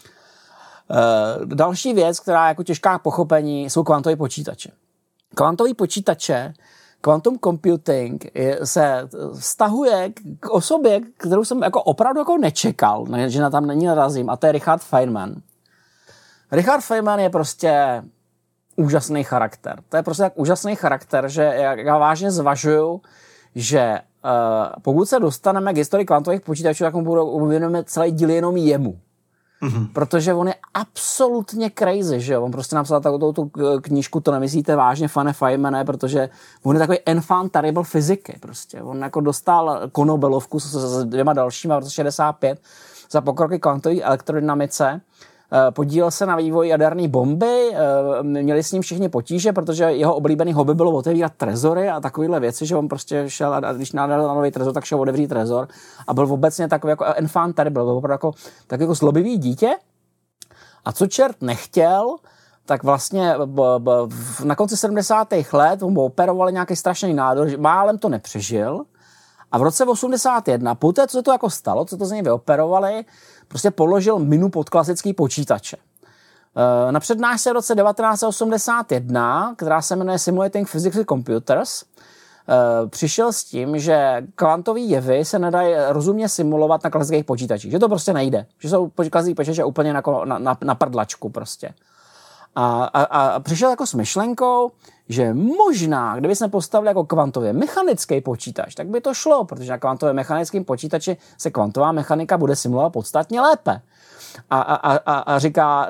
[SPEAKER 3] Další věc, která je jako těžká k pochopení, jsou kvantové počítače. Kvantové počítače, quantum computing se vztahuje k osobě, kterou jsem jako opravdu jako nečekal, že na tam není narazím, a to je Richard Feynman. Richard Feynman je prostě úžasný charakter. To je prostě tak úžasný charakter, že já vážně zvažuju, že pokud se dostaneme k historii kvantových počítačů, tak mu uvědomíme celý díl jenom jemu. Mm-hmm. Protože on je absolutně crazy, že jo? On prostě napsal tu knížku, to nemyslíte vážně, Fane Feynmane, protože on je takový enfant terrible fyziky prostě. On jako dostal Nobelovku s 2 dalšíma v roce 65 za pokroky kvantové elektrodynamice. Podílel se na vývoji jaderné bomby, měli s ním všichni potíže, protože jeho oblíbený hobby bylo otevírat trezory a takovéhle věci, že on prostě šel a když nadal na nový trezor, tak šel otevřít trezor a byl obecně takový jako enfant terrible, byl opravdu jako zlobivý dítě. A co čert nechtěl, tak vlastně na konci 70. let mu operovali nějaký strašný nádor, že málem to nepřežil. A v roce 81, poté, co se to jako stalo, co to z něj vyoperovali, prostě položil minu pod klasický počítače. Na přednášce v roce 1981, která se jmenuje Simulating Physics with Computers, přišel s tím, že kvantové jevy se nedají rozumně simulovat na klasických počítačích. Že to prostě nejde. Že jsou klasické počítače úplně na prdlačku prostě. A přišel jako s myšlenkou, že možná, kdyby jsme postavili jako kvantově mechanický počítač, tak by to šlo, protože na kvantově mechanickém počítači se kvantová mechanika bude simulovat podstatně lépe. A říká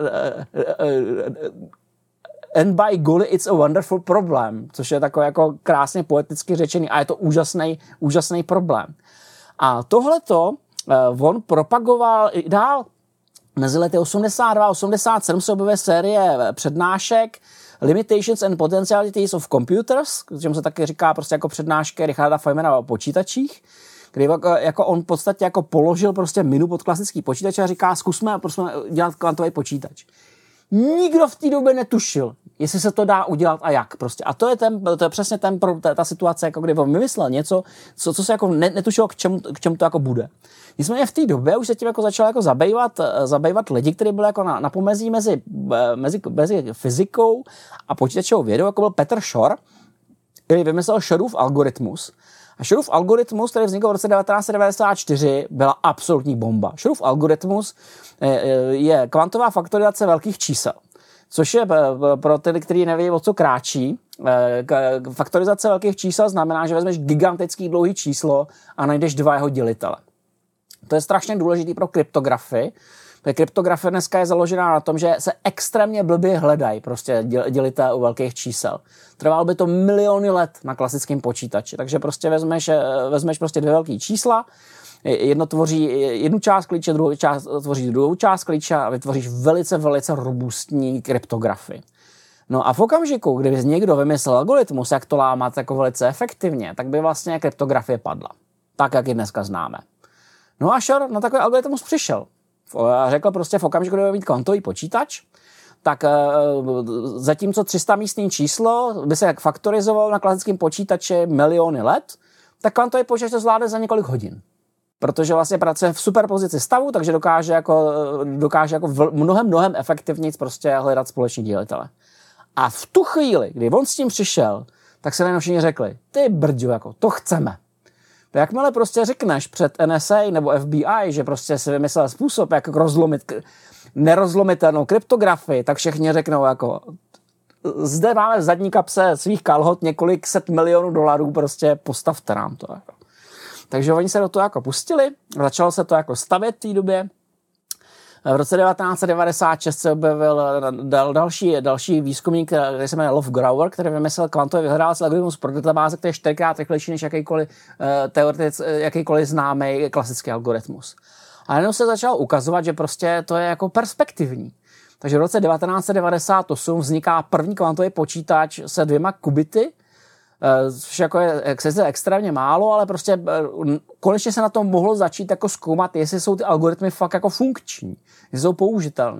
[SPEAKER 3] and by golly, it's a wonderful problem, což je takové jako krásně poeticky řečený a je to úžasný problém. A tohleto on propagoval i dál. Mezi lety 82 a 87 se objevuje série přednášek Limitations and Potentialities of Computers, čemu se taky říká prostě jako přednášky Richarda Feynmana o počítačích, kdy jako on v podstatě jako položil prostě minu pod klasický počítač a říká, zkusme dělat kvantový počítač. Nikdo v té době netušil, jestli se to dá udělat a jak prostě. A to je přesně ta situace, jako kdy on vymyslel něco, co se jako netušilo, k čemu to jako bude. Nicméně v té době už se tím jako začal jako zabývat lidi, kteří byli jako na pomezí mezi fyzikou a počítačovou vědou, jako byl Peter Shor, který vymyslel Shorův algoritmus. A Shorův algoritmus, který vznikl v roce 1994, byla absolutní bomba. Shorův algoritmus je kvantová faktorizace velkých čísel, což je pro ty, kteří neví, o co kráčí. Faktorizace velkých čísel znamená, že vezmeš gigantický dlouhý číslo a najdeš 2 jeho dělitele. To je strašně důležitý pro kryptografii. Kryptografie dneska je založená na tom, že se extrémně blbě hledají prostě dělitelé u velkých čísel. Trvalo by to miliony let na klasickém počítači. Takže prostě vezmeš prostě 2 velký čísla, jedno tvoří jednu část klíče, druhou část tvoří druhou část klíče a vytvoříš velice, velice robustní kryptografii. No a v okamžiku, kdyby někdo vymyslel algoritmus, jak to lámat jako velice efektivně, tak by vlastně kryptografie padla. Tak, jak ji dneska známe. No a Shor na takový algoritmus přišel. A řekl prostě v okamžiku, kdy bude mít kvantový počítač, tak zatímco 300 místní číslo by se faktorizovalo na klasickém počítači miliony let, tak kvantový počítač to zvládne za několik hodin. Protože vlastně pracuje v superpozici stavu, takže dokáže jako mnohem efektivněji prostě hledat společní dělitele. A v tu chvíli, kdy on s tím přišel, tak se najednou všichni řekli, ty brďo, jako to chceme. Jakmile prostě řekneš před NSA nebo FBI, že prostě si vymyslel způsob, jak rozlomit nerozlomitelnou kryptografii, tak všichni řeknou jako zde máme v zadní kapse svých kalhot několik set milionů dolarů, prostě postavte nám to. Jako. Takže oni se do toho jako pustili, začalo se to jako stavět v té době. V roce 1996 se objevil další výzkumník, který se jmenuje Love Grower, který vymyslel kvantový vyhledávací algoritmus pro databáze, který je 4x rychlejší než jakýkoliv známý klasický algoritmus. A jenom se začalo ukazovat, že prostě to je jako perspektivní. Takže v roce 1998 vzniká první kvantový počítač se 2 qubity, což jako je extrémně málo, ale prostě konečně se na tom mohlo začít jako zkoumat, jestli jsou ty algoritmy fakt jako funkční, jestli jsou použitelný.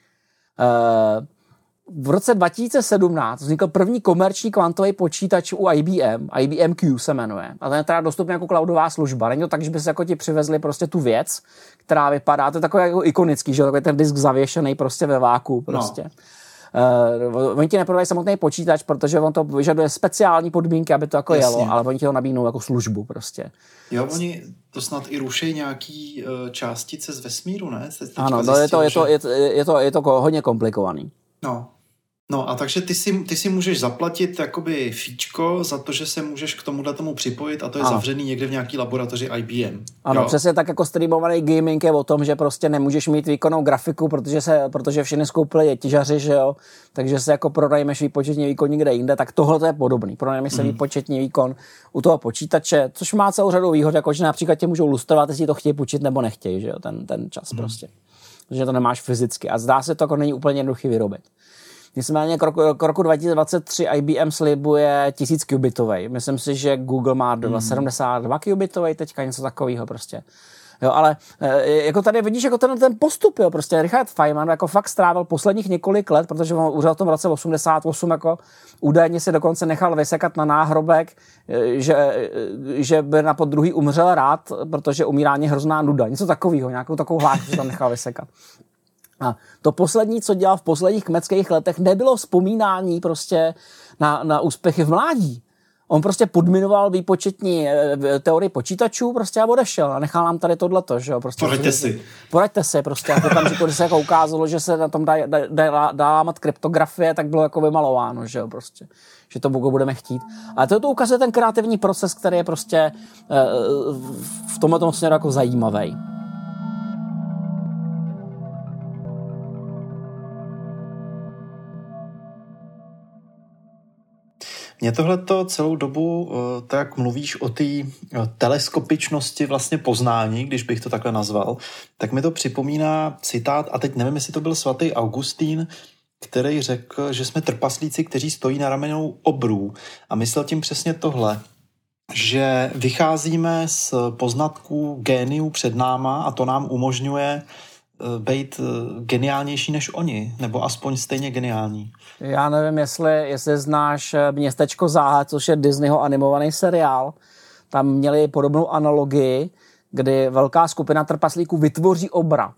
[SPEAKER 3] V roce 2017 vznikl první komerční kvantový počítač u IBM Q se jmenuje. A ten je teda dostupný jako cloudová služba. Není to tak, že by se jako ti přivezli prostě tu věc, která vypadá, to je takový jako ikonický, že takový ten disk zavěšený prostě ve váku prostě. No. Oni ti neprodají samotný počítač, protože on to vyžaduje speciální podmínky, aby to jako jelo, ale oni ti ho nabídnou jako službu prostě.
[SPEAKER 2] Jo, oni to snad i ruší nějaký částice z vesmíru, ne?
[SPEAKER 3] Ano, je to hodně komplikovaný.
[SPEAKER 2] No a takže ty si můžeš zaplatit jakoby fíčko za to, že se můžeš k tomu připojit a to je zavřený někde v nějaký laboratoři IBM.
[SPEAKER 3] Ano, jo? Přesně tak jako streamovaný gaming je o tom, že prostě nemůžeš mít výkonnou grafiku, protože všichni skoupili těžaři, že jo, takže se jako pronajmeš výpočetní výkon někde jinde, tak tohle to je podobný. Pronajmeš se výpočetní výkon u toho počítače, což má celou řadu výhod, jako že například tě můžou lustrovat, jestli to chtějí půjčit nebo nechtějí, že jo, ten čas prostě. Protože to nemáš fyzicky a zdá se to jako není úplně jednoduchý vyrobit. Nicméně k roku 2023 IBM slibuje 1000 kubitovej. Myslím si, že Google má 72 kubitovej, teďka něco takového prostě. Jo, ale jako tady vidíš jako ten postup, jo, prostě Richard Feynman jako fakt strávil posledních několik let, protože on už v tom roce 88 jako údajně si dokonce nechal vysekat na náhrobek, že by na podruhý umřel rád, protože umírání je hrozná nuda. Něco takového, nějakou takovou hlášku si tam nechal vysekat. A to poslední, co dělal v posledních kmeckých letech, nebylo vzpomínání prostě na úspěchy v mládí. On prostě podminoval výpočetní teorii počítačů prostě a odešel a nechal nám tady tohleto, že jo. Prostě Poraďte si prostě. A okamžiku, když se jako ukázalo, že se na tom dá lámat kryptografie, tak bylo jako vymalováno, že jo, prostě. Že to budeme chtít. Ale to ukazuje ten kreativní proces, který je prostě v tomhle směru jako zajímavý.
[SPEAKER 2] Mě tohleto celou dobu, tak jak mluvíš o té teleskopičnosti vlastně poznání, když bych to takhle nazval, tak mi to připomíná citát, a teď nevím, jestli to byl svatý Augustín, který řekl, že jsme trpaslíci, kteří stojí na ramenou obrů. A myslel tím přesně tohle, že vycházíme z poznatků géniů před náma a to nám umožňuje být geniálnější než oni, nebo aspoň stejně geniální.
[SPEAKER 3] Já nevím, jestli znáš Městečko záhad, což je Disneyho animovaný seriál. Tam měli podobnou analogii, kdy velká skupina trpaslíků vytvoří obra.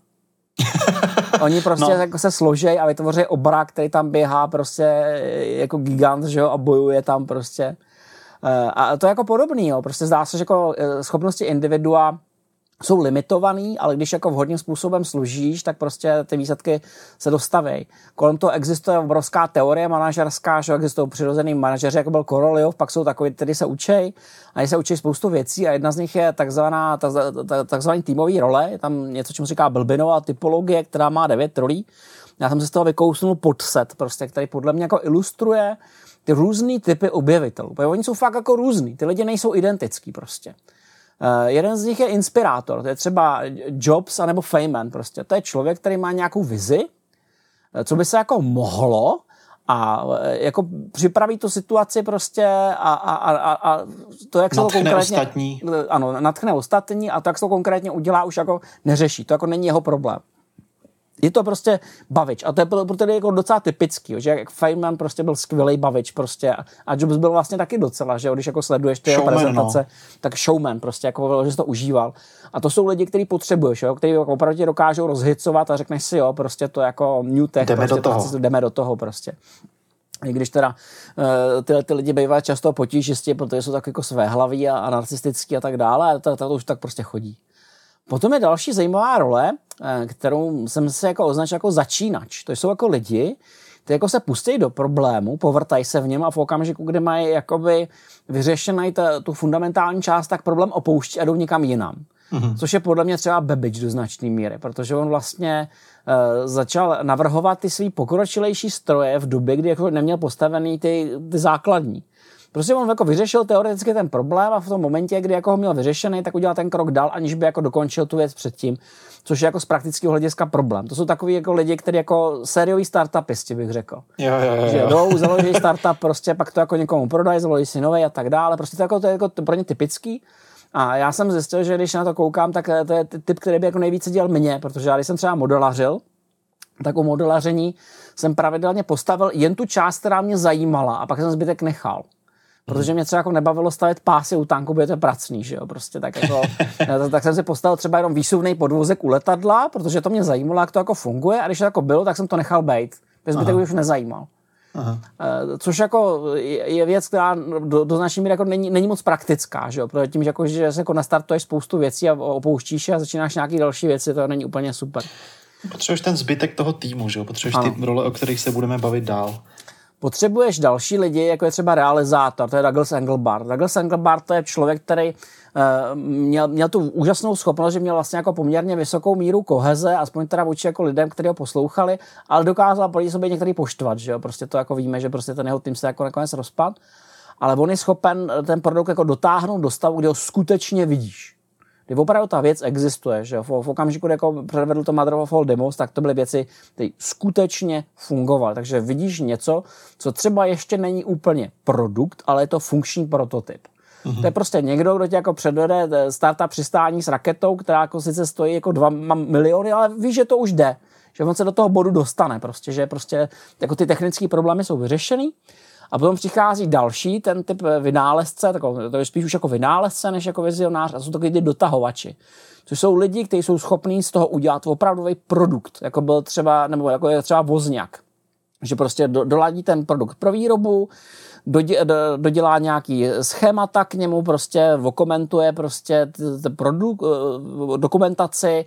[SPEAKER 3] Oni prostě jako se složejí a vytvoří obra, který tam běhá prostě jako gigant, že jo, a bojuje tam prostě. A to je jako podobný, jo. Prostě zdá se, že jako schopnosti individua jsou limitovaný, ale když jako vhodným způsobem služíš, tak prostě ty výsledky se dostaví. Kolem toho existuje obrovská teorie manažerská, že existují přirozený manažeři, jako byl Korolev, pak jsou takový, kteří se učí a se učí spoustu věcí a jedna z nich je takzvaný týmový role, je tam něco, čemu se říká Blbinová typologie, která má 9 rolí. Já jsem se z toho vykousnul podset, prostě, který podle mě jako ilustruje ty různý typy objevitelů. Protože oni jsou fakt jako různý, ty lidi nejsou identický prostě. Jeden z nich je inspirátor, to je třeba Jobs anebo Feynman prostě. To je člověk, který má nějakou vizi, co by se jako mohlo a jako připraví tu situaci prostě a to, jak se to konkrétně...
[SPEAKER 2] ostatní.
[SPEAKER 3] Ano, natchne ostatní a to, jak se to konkrétně udělá, už jako neřeší. To jako není jeho problém. Je to prostě bavič a to je pro jako docela typický, že jak Feynman prostě byl skvělý bavič prostě a Jobs byl vlastně taky docela, že když jako sleduješ ty jeho prezentace, tak showman prostě, jako, že jsi to užíval. A to jsou lidi, který potřebuješ, jo, který jako opravdu tě dokážou rozhicovat a řekneš si, jo, prostě to jako new tech, jdeme do toho prostě. I když teda ty lidi bývají často potížisti, protože jsou tak jako svéhlaví a narcistický a tak dále, to už tak prostě chodí. Potom je další zajímavá role, kterou jsem se jako označil jako začínač. To jsou jako lidi, kteří jako se pustí do problému, povrtají se v něm a v okamžiku, kdy mají jakoby vyřešenou tu fundamentální část, tak problém opouští a jdou někam jinam. Což je podle mě třeba Babbage do značné míry, protože on vlastně začal navrhovat ty svý pokročilejší stroje v době, kdy jako neměl postavený ty základní. Prostě on jako vyřešil teoreticky ten problém a v tom momentě, kdy jako ho měl vyřešený, tak udělal ten krok dál, aniž by jako dokončil tu věc předtím, což je jako z praktického hlediska problém. To jsou takový jako lidi, kteří jako sériový startupisti, bych řekl.
[SPEAKER 2] Jo.
[SPEAKER 3] Že jdou, založí startup, prostě pak to jako někomu prodají, založí si nový a tak dále. Prostě to je jako pro ně typický. A já jsem zjistil, že když na to koukám, tak to je typ, který by jako nejvíce dělal mě, protože já když jsem třeba modelařil, tak u modelaření jsem pravidelně postavil jen tu část, která mě zajímala a pak jsem zbytek nechal. Protože mě třeba jako nebavilo stavět pásy u tanku, protože to je pracný, že jo, prostě tak jako, tak jsem si postavil třeba jenom výsuvný podvozek u letadla, protože to mě zajímalo, jak to jako funguje a když to jako bylo, tak jsem to nechal bejt, protože zbytek už nezajímal. Aha. Což jako je věc, která do značné míry jako není moc praktická, že jo, protože tím, že se jako nastartuješ spoustu věcí a opouštíš a začínáš nějaký další věci, to není úplně super.
[SPEAKER 2] Potřebuješ ten zbytek toho týmu, že jo, potřebuješ ty role, o kterých se budeme bavit dál.
[SPEAKER 3] Potřebuješ další lidi, jako je třeba realizátor, to je Douglas Engelbart. Douglas Engelbart to je člověk, který měl tu úžasnou schopnost, že měl vlastně jako poměrně vysokou míru koheze, aspoň teda vůči jako lidem, kteří ho poslouchali, ale dokázal proti sobě některý poštvat, že jo? Prostě to jako víme, že prostě ten jeho tým se jako nakonec rozpad, ale on je schopen ten produkt jako dotáhnout do stavu, kde ho skutečně vidíš. Kdy opravdu ta věc existuje, že v okamžiku, kdy jako předvedl to Mother of All Demos, tak to byly věci, které skutečně fungovaly. Takže vidíš něco, co třeba ještě není úplně produkt, ale je to funkční prototyp. To je prostě někdo, kdo tě jako předvede startup přistání s raketou, která jako sice stojí jako 2 miliony, ale víš, že to už jde. Že on se do toho bodu dostane prostě, že prostě jako ty technické problémy jsou vyřešený. A potom přichází další, ten typ vynálezce, to je spíš už jako vynálezce, než jako vizionář, a jsou takový dotahovači. Což jsou lidi, kteří jsou schopní z toho udělat opravdový produkt, jako byl třeba, nebo jako je třeba vozňak. Že prostě doladí ten produkt pro výrobu, dodělá nějaký schémata k němu, prostě okomentuje prostě dokumentaci,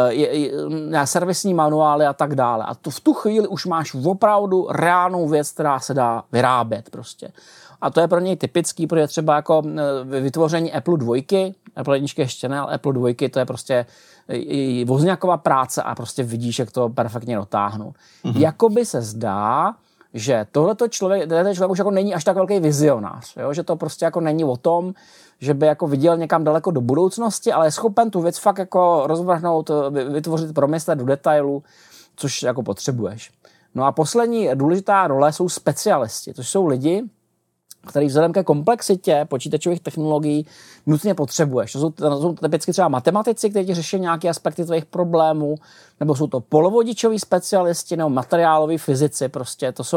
[SPEAKER 3] servisní manuály a tak dále. A v tu chvíli už máš opravdu reálnou věc, která se dá vyrábět prostě. A to je pro něj typický, protože třeba jako vytvoření Apple 2, Apple 1 ještě ne, ale Apple 2 to je prostě vozňáková práce a prostě vidíš, jak to perfektně dotáhnou. Jakoby se zdá, že tohleto člověk už jako není až tak velký vizionář, jo? Že to prostě jako není o tom, že by jako viděl někam daleko do budoucnosti, ale je schopen tu věc fakt jako rozvrhnout, vytvořit, promyslet do detailu, což jako potřebuješ. No a poslední důležitá role jsou specialisti, což jsou lidi, který vzhledem ke komplexitě počítačových technologií nutně potřebuješ. To jsou typicky třeba matematici, kteří řeší nějaké aspekty tvých problémů, nebo jsou to polovodičoví specialisti, nebo materiáloví fyzici. Prostě to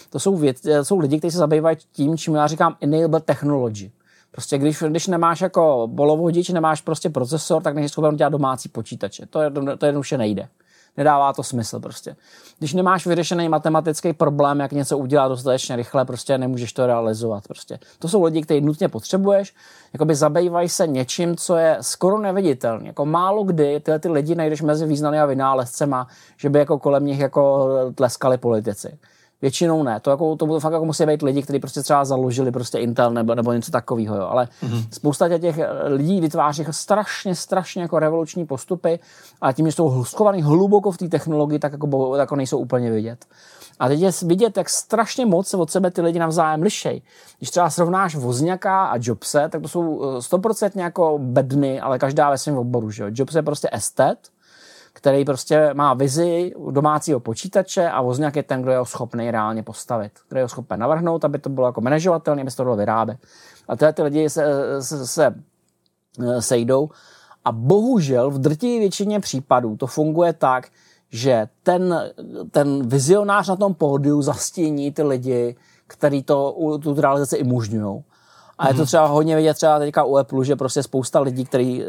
[SPEAKER 3] jsou lidi, kteří se zabývají tím, čím já říkám enable technology. Prostě když nemáš jako polovodič, nemáš prostě procesor, tak nejsi schopen dělat domácí počítače. To jednoduše nejde. Nedává to smysl prostě. Když nemáš vyřešený matematický problém, jak něco udělat dostatečně rychle, prostě nemůžeš to realizovat prostě. To jsou lidi, kteří nutně potřebuješ, jakoby zabývají se něčím, co je skoro neviditelné. Jako málo kdy ty lidi najdeš mezi významnými vynálezcema, že by jako kolem nich jako tleskali politici. Většinou ne. To fakt jako musí být lidi, kteří prostě třeba založili prostě Intel nebo něco takového, jo. Ale spousta těch lidí vytváří strašně jako revoluční postupy, ale tím, že jsou schovaný hluboko v té technologii, tak jako nejsou úplně vidět. A teď je vidět, jak strašně moc se od sebe ty lidi navzájem lišej. Když třeba srovnáš Wozniaka a Jobse, tak to jsou 100% jako bedny, ale každá ve svém oboru, že jo. Jobs je prostě estet, který prostě má vizi domácího počítače a Wozniak je ten, kdo je ho schopný reálně postavit. Který je ho schopen navrhnout, aby to bylo jako manažovatelné, aby se to dalo vyrábět. A ty lidi se sejdou a bohužel v drtivé většině případů to funguje tak, že ten vizionář na tom pódiu zastíní ty lidi, který tu realizaci umožňují. A je to třeba hodně vidět třeba teďka u Apple, že prostě spousta lidí,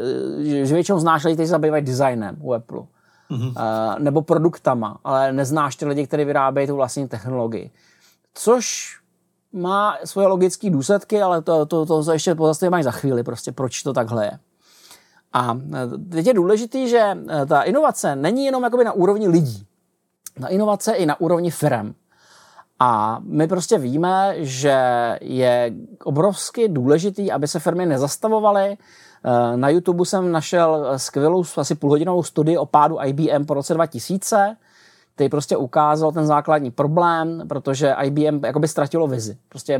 [SPEAKER 3] že většinou znáš lidi, kteří se zabývají designem u Apple. Nebo produktama, ale neznáš ty lidi, kteří vyrábějí tu vlastní technologii. Což má svoje logické důsledky, ale to ještě pozastavíme za chvíli, prostě proč to takhle je. A teď je důležitý, že ta inovace není jenom jakoby na úrovni lidí. Ta inovace i na úrovni firem. A my prostě víme, že je obrovsky důležitý, aby se firmy nezastavovaly. Na YouTube jsem našel skvělou, asi půlhodinovou studii o pádu IBM po roce 2000, který prostě ukázal ten základní problém, protože IBM jakoby ztratilo vizi. Prostě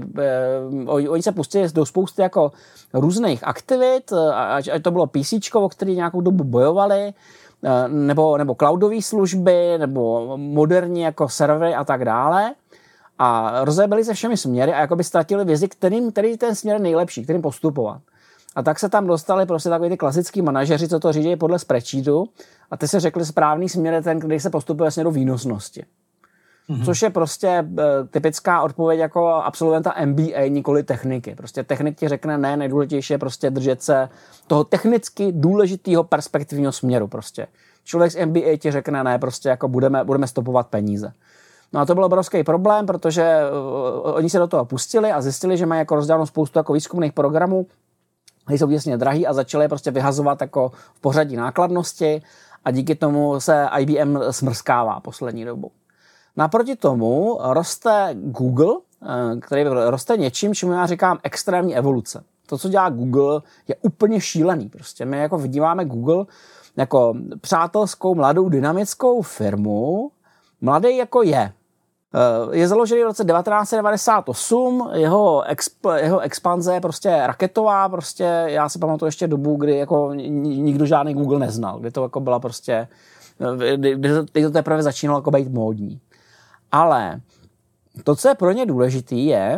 [SPEAKER 3] oni se pustili do spousty jako různých aktivit, ať to bylo PCčko, o který nějakou dobu bojovali, nebo cloudové služby, nebo moderní jako servery a tak dále. A rozebili se všemi směry a jakoby ztratili vizi, který ten směr je nejlepší, kterým postupovat. A tak se tam dostali prostě takový ty klasický manažeři, co to řídí podle spreadsheetu, a ty se řekli správný směr je ten, který se postupuje směru výnosnosti. Což je prostě typická odpověď jako absolventa MBA, nikoli techniky. Prostě technik ti řekne ne, nejdůležitější je prostě držet se toho technicky důležitého perspektivního směru prostě. Člověk z MBA ti řekne ne, prostě jako budeme stopovat peníze. No a to byl obrovský problém, protože oni se do toho pustili a zjistili, že mají jako rozdělenou spoustu jako výzkumných programů, které jsou děsně drahý a začali je prostě vyhazovat jako v pořadí nákladnosti a díky tomu se IBM smrskává poslední dobu. Naproti tomu roste Google, který roste něčím, čemu já říkám extrémní evoluce. To, co dělá Google, je úplně šílený. Prostě my jako vidíváme Google jako přátelskou, mladou, dynamickou firmu. Mladý jako je. Je založený v roce 1998, jeho expanze je prostě raketová, prostě já si pamatuju ještě dobu, kdy jako nikdo žádný Google neznal, kdy to jako byla prostě, kdy to teprve začínalo jako být módní. Ale to, co je pro ně důležitý, je,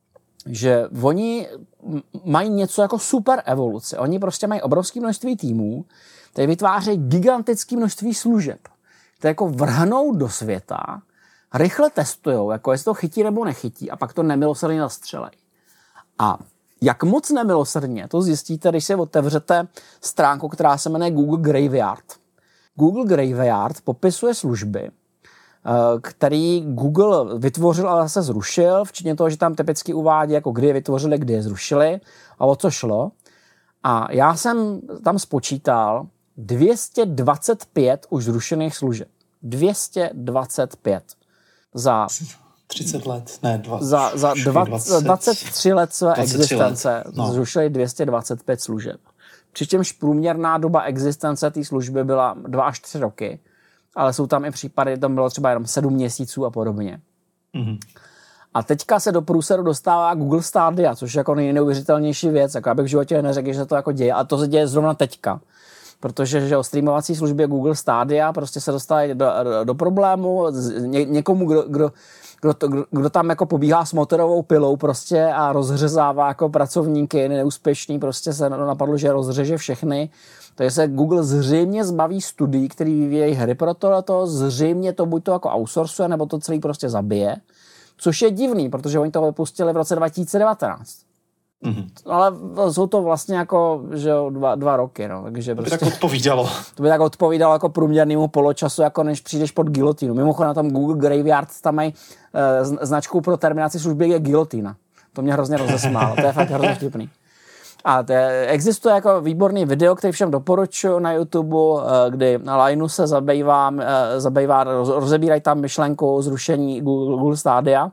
[SPEAKER 3] že oni mají něco jako super evoluci. Oni prostě mají obrovské množství týmů, které vytvářejí gigantické množství služeb, které jako vrhnou do světa, rychle testujou, jako jestli to chytí nebo nechytí a pak to nemilosrdně zastřelej. A jak moc nemilosrdně, to zjistíte, když si otevřete stránku, která se jmenuje Google Graveyard. Google Graveyard popisuje služby, který Google vytvořil a zase zrušil, včetně toho, že tam typicky uvádí, jako kdy je vytvořili, kdy je zrušili a o co šlo. A já jsem tam spočítal 225 už zrušených služeb. 225. Za
[SPEAKER 2] 30 let, ne,
[SPEAKER 3] za 23 let své existence zrušili 225 služeb. Přičemž průměrná doba existence té služby byla 2 až 3 roky, ale jsou tam i případy, tam bylo třeba jenom 7 měsíců a podobně. Mm-hmm. A teďka se do průseru dostává Google Stadia, což je jako nejneuvěřitelnější věc, jako abych v životě neřekl, že se to jako děje, a to se děje zrovna teďka. Protože že o streamovací službě Google Stadia prostě se dostali do problému, někomu, kdo tam jako pobíhá s motorovou pilou prostě a rozřezává jako pracovníky neúspěšný, prostě se napadlo, že rozřeže všechny. Takže se Google zřejmě zbaví studií, který vyvíjejí hry pro to, zřejmě to buď to jako outsourcuje, nebo to celý prostě zabije. Což je divný, protože oni to vypustili v roce 2019. Mm-hmm. Ale jsou to vlastně jako, že 2 roky, no. Takže
[SPEAKER 2] to by tak odpovídalo.
[SPEAKER 3] To by tak odpovídalo jako průměrnému poločasu, jako než přijdeš pod gilotinu. Mimochodem na tom Google Graveyard tam mají značku pro terminaci služby je gilotina. To mě hrozně rozesmálo, to je fakt hrozně vtipný. A existuje jako výborný video, který všem doporučuji na YouTube, kdy na Lineu se rozebírají tam myšlenku zrušení Google Stadia.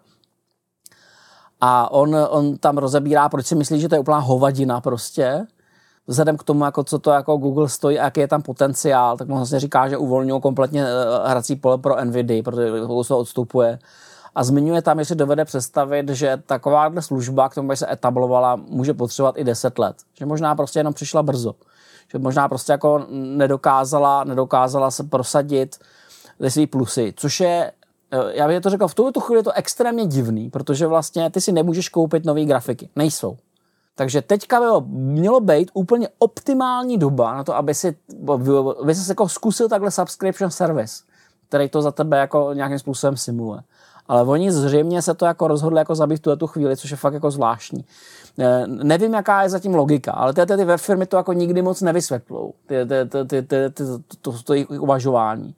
[SPEAKER 3] A on tam rozebírá, proč si myslí, že to je úplná hovadina prostě. Vzhledem k tomu, jako co to jako Google stojí a jaký je tam potenciál, tak mu vlastně říká, že uvolňují kompletně hrací pole pro NVIDIA, protože se odstupuje. A zmiňuje tam, jestli dovede představit, že takováhle služba, k tomu by se etablovala, může potřebovat i 10 let. Že možná prostě jenom přišla brzo. Že možná prostě jako nedokázala se prosadit ze svý plusy. Což je, já bych to řekl, v tuto chvíli je to extrémně divný, protože vlastně ty si nemůžeš koupit nový grafiky. Nejsou. Takže teďka by mělo být úplně optimální doba na to, aby si jako zkusil takhle subscription service, který to za tebe jako nějakým způsobem simuluje. Ale oni zřejmě se to jako rozhodli jako zabít tu chvíli, což je fakt jako zvláštní. Nevím, jaká je zatím logika, ale ty webfirmy to jako nikdy moc nevysvětlou, to jejich uvažování.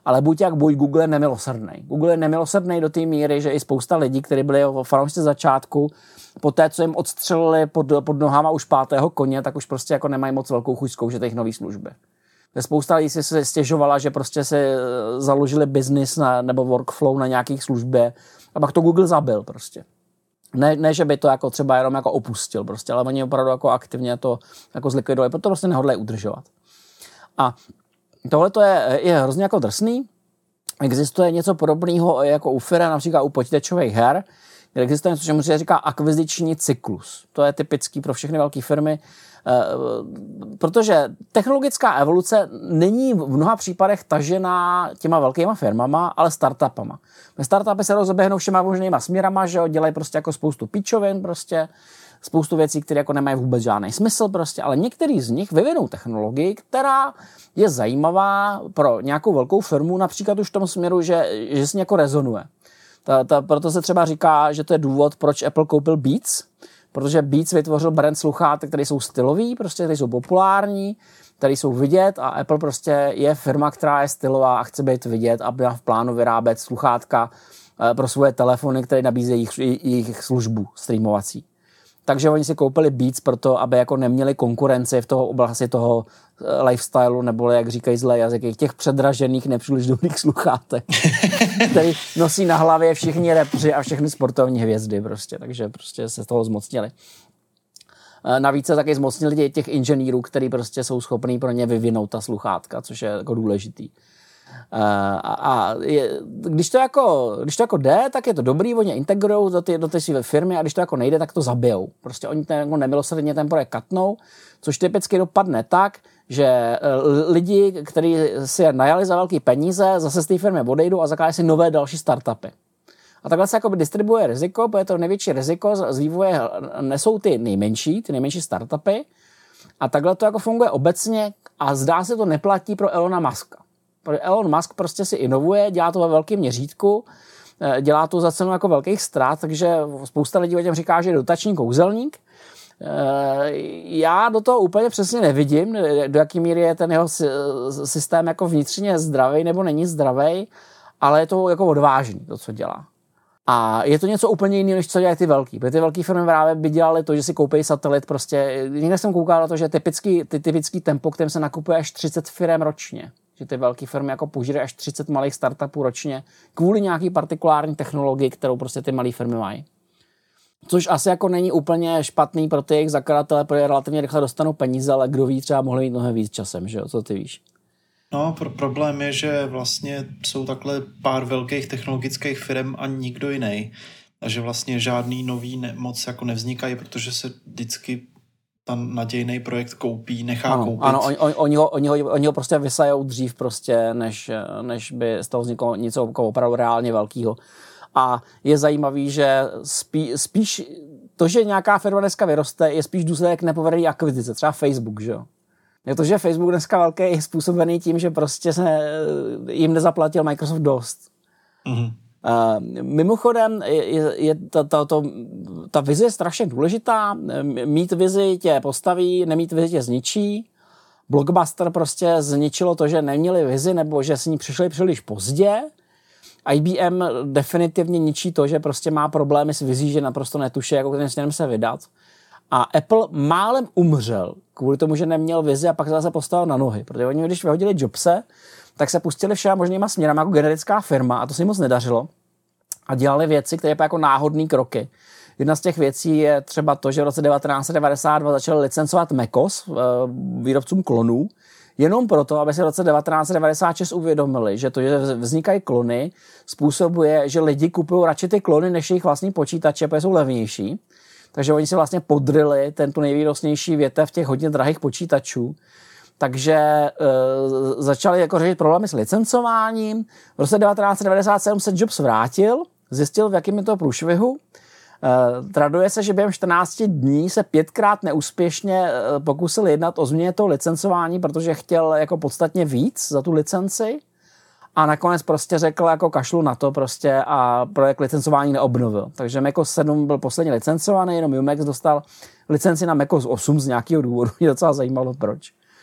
[SPEAKER 3] ale buď Google je nemilosrdný. Google je nemilosrdný do té míry, že i spousta lidí, kteří byli fanoušci začátku, po té, co jim odstřelili pod nohama už 5. koně, tak už prostě jako nemají moc velkou chuť zkoušet jejich nový služby. Spousta lidí si se stěžovala, že prostě si založili business nebo workflow na nějakých službě a pak to Google zabil prostě. Ne, že by to jako třeba jenom jako opustil prostě, ale oni opravdu jako aktivně to jako zlikvidovali, protože to prostě nehodlají udržovat. A tohle to je hrozně jako drsný. Existuje něco podobného jako u firem, například u počítačových her, kde existuje něco, čemu se říká akviziční cyklus. To je typický pro všechny velké firmy, protože technologická evoluce není v mnoha případech tažená těma velkýma firmama, ale startupama. Startupy se rozeběhnou všema možnýma směrama, že dělají prostě jako spoustu píčovin, prostě spoustu věcí, které jako nemají vůbec žádný smysl, prostě, ale některý z nich vyvinou technologii, která je zajímavá pro nějakou velkou firmu, například už v tom směru, že s ní jako rezonuje. Proto se třeba říká, že to je důvod, proč Apple koupil Beats, protože Beats vytvořil brand sluchátek, které jsou stylový, prostě, které jsou populární, které jsou vidět a Apple prostě je firma, která je stylová a chce být vidět a má v plánu vyrábět sluchátka pro svoje telefony, které nabízejí jejich službu streamovací. Takže oni si koupili Beats proto, aby jako neměli konkurenci v toho oblasti toho lifestylu, nebo jak říkají zlé jazyky, těch předražených, nepříliš dobrých sluchátek, který nosí na hlavě všichni repři a všechny sportovní hvězdy prostě, takže prostě se z toho zmocnili. Navíc se taky zmocnili těch inženýrů, kteří prostě jsou schopní pro ně vyvinout ta sluchátka, což je jako důležitý. Když to jako jde, tak je to dobrý, oni integrují do té své firmy a když to jako nejde, tak to zabijou. Prostě oni jako nemilosrdně ten projekt katnou, což typicky dopadne tak, že lidi, kteří si najali za velký peníze, zase z té firmy odejdou a zakládají si nové další startupy. A takhle se jakoby distribuje riziko, protože to největší riziko z vývoje nesou ty nejmenší startupy a takhle to jako funguje obecně a zdá se to neplatí pro Elona Muska. Elon Musk prostě si inovuje, dělá to ve velkém měřítku, dělá to za cenu jako velkých ztrát, takže spousta lidí o těm říká, že je dotační kouzelník. Já do toho úplně přesně nevidím, do jaký míry je ten jeho systém jako vnitřně zdravý nebo není zdravý, ale je to jako odvážný, to, co dělá. A je to něco úplně jiného, než co dělají ty velký. Protože ty velký firmy právě by dělali to, že si koupí satelit prostě. Někde jsem koukal na to, že typický tempo, kterým se nakupuje až 30 firem ročně. Že ty velké firmy jako požírají až 30 malých startupů ročně kvůli nějaký partikulární technologii, kterou prostě ty malé firmy mají. Což asi jako není úplně špatný pro ty jejich zakladatele, protože relativně rychle dostanou peníze, ale kdo ví, třeba mohli mít mnohem víc časem, že jo? Co ty víš?
[SPEAKER 2] No, problém je, že vlastně jsou takhle pár velkých technologických firm a nikdo jiný. A že vlastně žádný nový moc jako nevznikají, protože se vždycky ten nadějný projekt koupí, nechá koupit. Ano,
[SPEAKER 3] oni ho prostě vysajou dřív prostě, než by z toho vzniklo něco opravdu reálně velkého. A je zajímavý, že spíš to, že nějaká firma dneska vyroste, je spíš důsledek nepovedené akvizice, třeba Facebook, že jo. Je to, že Facebook dneska velký je způsobený tím, že prostě jim nezaplatil Microsoft dost. Mm-hmm. Mimochodem, ta vize je strašně důležitá. Mít vizi tě postaví, nemít vizi tě zničí. Blockbuster prostě zničilo to, že neměli vizi, nebo že s ní přišli příliš pozdě. IBM definitivně ničí to, že prostě má problémy s vizí, že naprosto netuší, jako kterým směrem se vydat. A Apple málem umřel kvůli tomu, že neměl vizi a pak se zase postavil na nohy. Protože oni, když vyhodili Jobse, tak se pustili všema možnýma směrama jako generická firma a to se jim moc nedařilo. A dělali věci, které jako náhodné kroky. Jedna z těch věcí je třeba to, že v roce 1992 začali licencovat MacOS výrobcům klonů, jenom proto, aby se v roce 1996 uvědomili, že to, že vznikají klony, způsobuje, že lidi kupují radši ty klony než jejich vlastní počítače, protože jsou levnější. Takže oni si vlastně podryli tu nejvýnosnější větev těch hodně drahých počítačů. Takže začali jako řešit problémy s licencováním. V roce 1997 se Jobs vrátil, zjistil, v jakém je to průšvihu. Traduje se, že během 14 dní se 5krát neúspěšně pokusil jednat o změně toho licencování, protože chtěl jako podstatně víc za tu licenci. A nakonec prostě řekl jako kašlu na to prostě a projekt licencování neobnovil. Takže macOS 7 byl posledně licencovaný, jenom Umax dostal licenci na macOS 8 z nějakého důvodu. Mě docela zajímalo proč.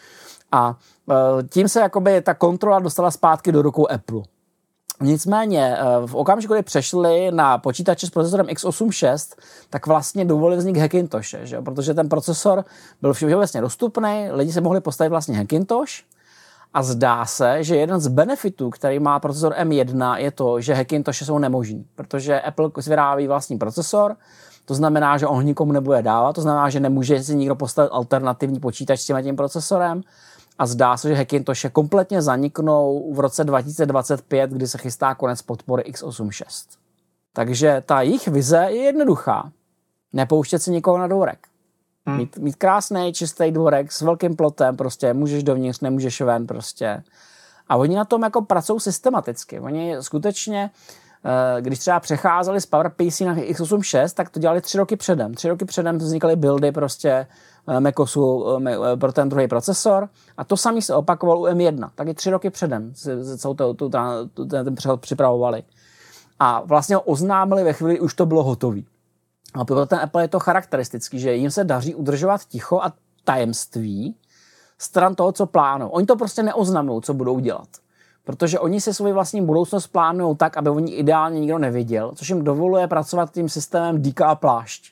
[SPEAKER 3] A tím se jakoby ta kontrola dostala zpátky do rukou Apple. Nicméně v okamžiku, kdy přešli na počítače s procesorem x86, tak vlastně dovolil vznik Hackintoshe, že? Protože ten procesor byl všeobecně dostupný, lidi se mohli postavit vlastně Hackintosh a zdá se, že jeden z benefitů, který má procesor M1, je to, že Hackintoshe jsou nemožný, protože Apple vyrábí vlastní procesor, to znamená, že on nikomu nebude dávat, to znamená, že nemůže si nikdo postavit alternativní počítač s tím procesorem. A zdá se, že Hackintoshe kompletně zaniknou v roce 2025, kdy se chystá konec podpory x86. Takže ta jejich vize je jednoduchá. Nepouštět si nikoho na dvorek. Mít krásný, čistý dvorek s velkým plotem, prostě můžeš dovnitř, nemůžeš ven prostě. A oni na tom jako pracují systematicky. Oni skutečně, když třeba přecházeli z PowerPC na x86, tak to dělali 3 roky předem. 3 roky předem vznikaly buildy prostě MacOSu pro ten druhý procesor a to samé se opakovalo u M1. Taky 3 roky předem celou ten přechod připravovali. A vlastně ho oznámili ve chvíli, už to bylo hotový. A pro ten Apple je to charakteristický, že jim se daří udržovat ticho a tajemství stran toho, co plánují. Oni to prostě neoznamují, co budou dělat. Protože oni si svou vlastní budoucnost plánují tak, aby oni ideálně nikdo neviděl, což jim dovoluje pracovat tím systémem dýka a plášť.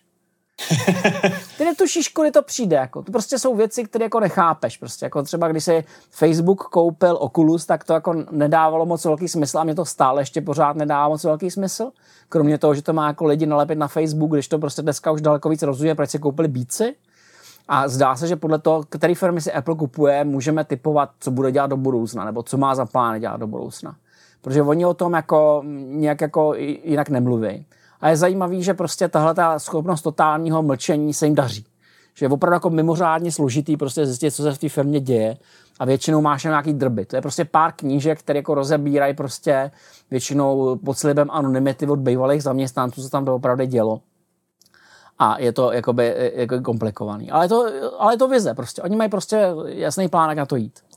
[SPEAKER 3] Ty netušíš, kudy to přijde. Jako. To prostě jsou věci, které jako nechápeš. Prostě jako třeba když si Facebook koupil Oculus, tak to jako nedávalo moc velký smysl a mě to stále ještě pořád nedává moc velký smysl. Kromě toho, že to má jako lidi nalepit na Facebook, když to prostě dneska už daleko víc rozumí, proč si koupili Beatsy. A zdá se, že podle toho, který firmy si Apple kupuje, můžeme typovat, co bude dělat do budoucna, nebo co má za plány dělat do budoucna. Protože oni o tom jako nějak jako jinak nemluví. A je zajímavý, že prostě tahle schopnost totálního mlčení se jim daří. Že je opravdu jako mimořádně složitý prostě zjistit, co se v té firmě děje. A většinou máš nějaký drby. To je prostě pár knížek, které jako rozebírají prostě většinou pod slibem anonymity od bývalých zaměstnanců, co tam to opravdu dělo. A je to jakoby, jako komplikovaný. Ale je to vize prostě. Oni mají prostě jasný plán, jak na to jít.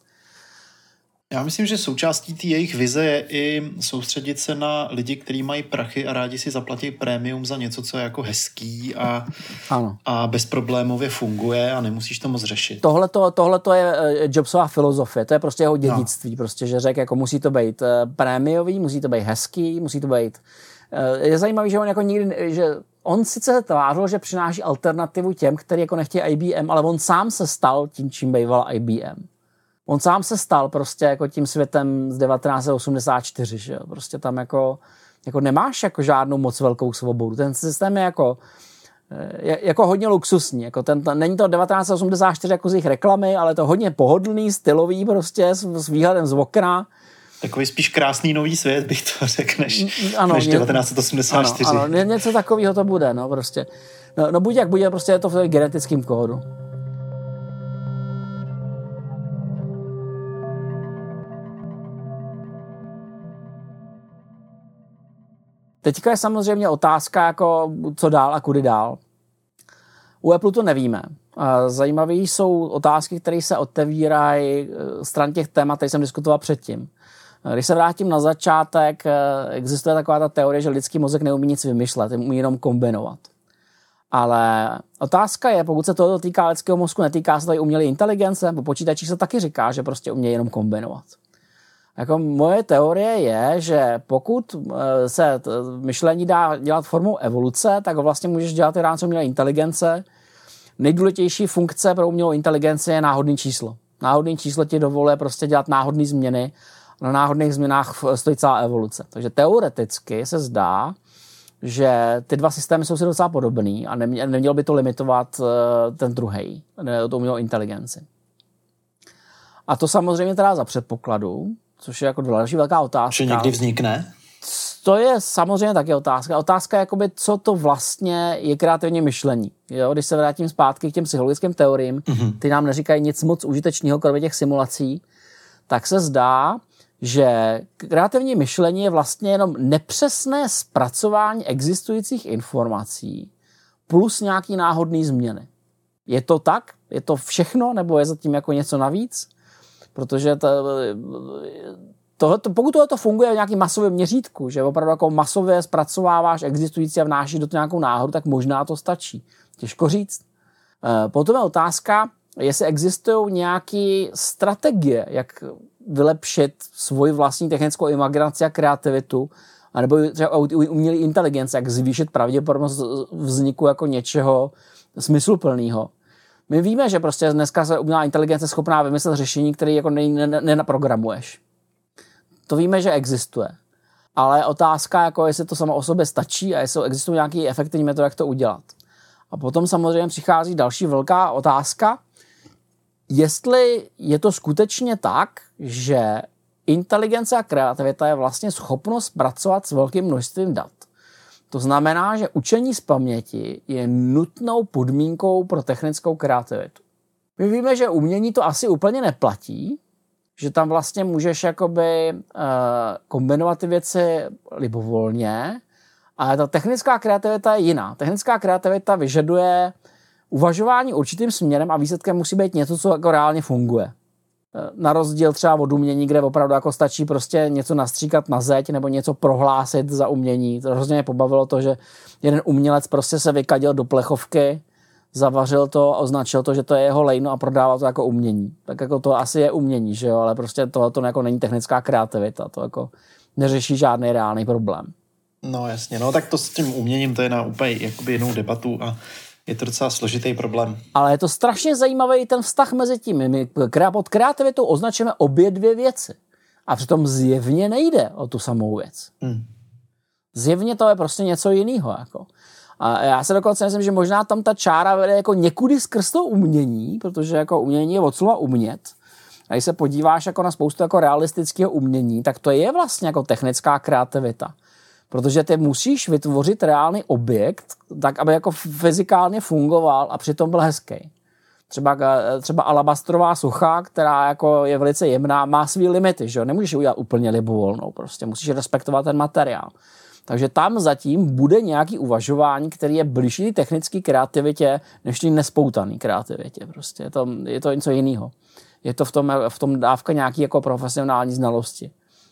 [SPEAKER 2] Já myslím, že součástí té jejich vize je i soustředit se na lidi, kteří mají prachy a rádi si zaplatí prémium za něco, co je jako hezký a bezproblémově funguje a nemusíš to moc řešit.
[SPEAKER 3] Tohleto je Jobsova filozofie, to je prostě jeho dědictví, prostě, že řekl, jako musí to být prémiový, musí to být hezký, musí to být... Je zajímavý, že on jako nikdy... Že on sice tvářil, že přináší alternativu těm, kteří jako nechtějí IBM, ale on sám se stal tím, čím býval IBM. On sám se stal prostě jako tím světem z 1984, že jo? Prostě tam jako nemáš jako žádnou moc velkou svobodu. Ten systém je jako hodně luxusní. Jako není to 1984 jako z jejich reklamy, ale to hodně pohodlný, stylový prostě s výhledem z okna.
[SPEAKER 2] Takový spíš krásný nový svět, bych to řekl, než 1984.
[SPEAKER 3] Ano, něco takového to bude, no prostě. No buď jak bude, prostě je to v genetickém kódu. Teďka je samozřejmě otázka, jako co dál a kudy dál. U Apple to nevíme. Zajímavé jsou otázky, které se otevírají stran těch témat, které jsem diskutoval předtím. Když se vrátím na začátek, existuje taková ta teorie, že lidský mozek neumí nic vymýšlet, umí jenom kombinovat. Ale otázka je, pokud se toho týká lidského mozku, netýká se tady umělé inteligence, po počítačích se taky říká, že prostě umí jenom kombinovat. Jako moje teorie je, že pokud se myšlení dá dělat formou evoluce, tak ho vlastně můžeš dělat i rámci umělé inteligence. Nejdůležitější funkce pro umělou inteligenci je náhodné číslo. Náhodné číslo ti dovoluje prostě dělat náhodné změny. Na náhodných změnách stojí celá evoluce. Takže teoreticky se zdá, že ty dva systémy jsou si docela podobný a nemělo by to limitovat ten druhej, tu umělou inteligenci. A to samozřejmě teda za předpokladu, což je jako další velká otázka.
[SPEAKER 2] Že někdy vznikne?
[SPEAKER 3] To je samozřejmě taky otázka. Otázka je, jakoby, co to vlastně je kreativní myšlení. Jo? Když se vrátím zpátky k těm psychologickým teoriím, ty nám neříkají nic moc užitečného, kromě těch simulací, tak se zdá, že kreativní myšlení je vlastně jenom nepřesné zpracování existujících informací plus nějaký náhodný změny. Je to tak? Je to všechno? Nebo je zatím jako něco navíc? Protože pokud tohle funguje v nějakém masovém měřítku, že opravdu jako masově zpracováváš existující a vnášíš do toho nějakou náhodu, tak možná to stačí. Těžko říct. Potom je otázka, jestli existují nějaké strategie, jak vylepšit svoji vlastní technickou imaginaci a kreativitu, anebo třeba umělé inteligence, jak zvýšit pravděpodobnost vzniku jako něčeho smysluplného. My víme, že prostě dneska se umělá inteligence schopná vymyslet řešení, které jako nenaprogramuješ. To víme, že existuje. Ale otázka, jako jestli to samo o sobě stačí a jestli existují nějaké efektivní metody, jak to udělat. A potom samozřejmě přichází další velká otázka, jestli je to skutečně tak, že inteligence a kreativita je vlastně schopnost pracovat s velkým množstvím dat. To znamená, že učení z paměti je nutnou podmínkou pro technickou kreativitu. My víme, že umění to asi úplně neplatí, že tam vlastně můžeš jakoby kombinovat ty věci libovolně, ale ta technická kreativita je jiná. Technická kreativita vyžaduje uvažování určitým směrem a výsledkem musí být něco, co jako reálně funguje. Na rozdíl třeba od umění, kde opravdu jako stačí prostě něco nastříkat na zeď nebo něco prohlásit za umění. To hrozně mě pobavilo to, že jeden umělec prostě se vykadil do plechovky, zavařil to a označil to, že to je jeho lejno a prodával to jako umění. Tak jako to asi je umění, že jo, ale prostě to jako není technická kreativita, to jako neřeší žádný reálný problém.
[SPEAKER 2] No jasně, no tak to s tím uměním to je na úplně jakoby jinou debatu a je to docela složitý problém.
[SPEAKER 3] Ale je to strašně zajímavý ten vztah mezi tím. My pod kreativitou označujeme obě dvě věci. A přitom zjevně nejde o tu samou věc. Zjevně to je prostě něco jiného. Jako. A já se dokonce myslím, že možná tam ta čára vede jako někudy skrz to umění, protože jako umění je od slova umět. A když se podíváš jako na spoustu jako realistického umění, tak to je vlastně jako technická kreativita. Protože ty musíš vytvořit reálný objekt, tak aby jako fyzikálně fungoval a přitom byl hezký. Třeba alabastrová socha, která jako je velice jemná, má svý limity, že jo? Nemůžeš ji udělat úplně libovolnou, prostě musíš respektovat ten materiál. Takže tam zatím bude nějaký uvažování, který je blížší technické kreativitě, než tím nespoutaný kreativitě. Prostě je to něco jiného. Je to v tom dávka nějaký jako profesionální znalosti.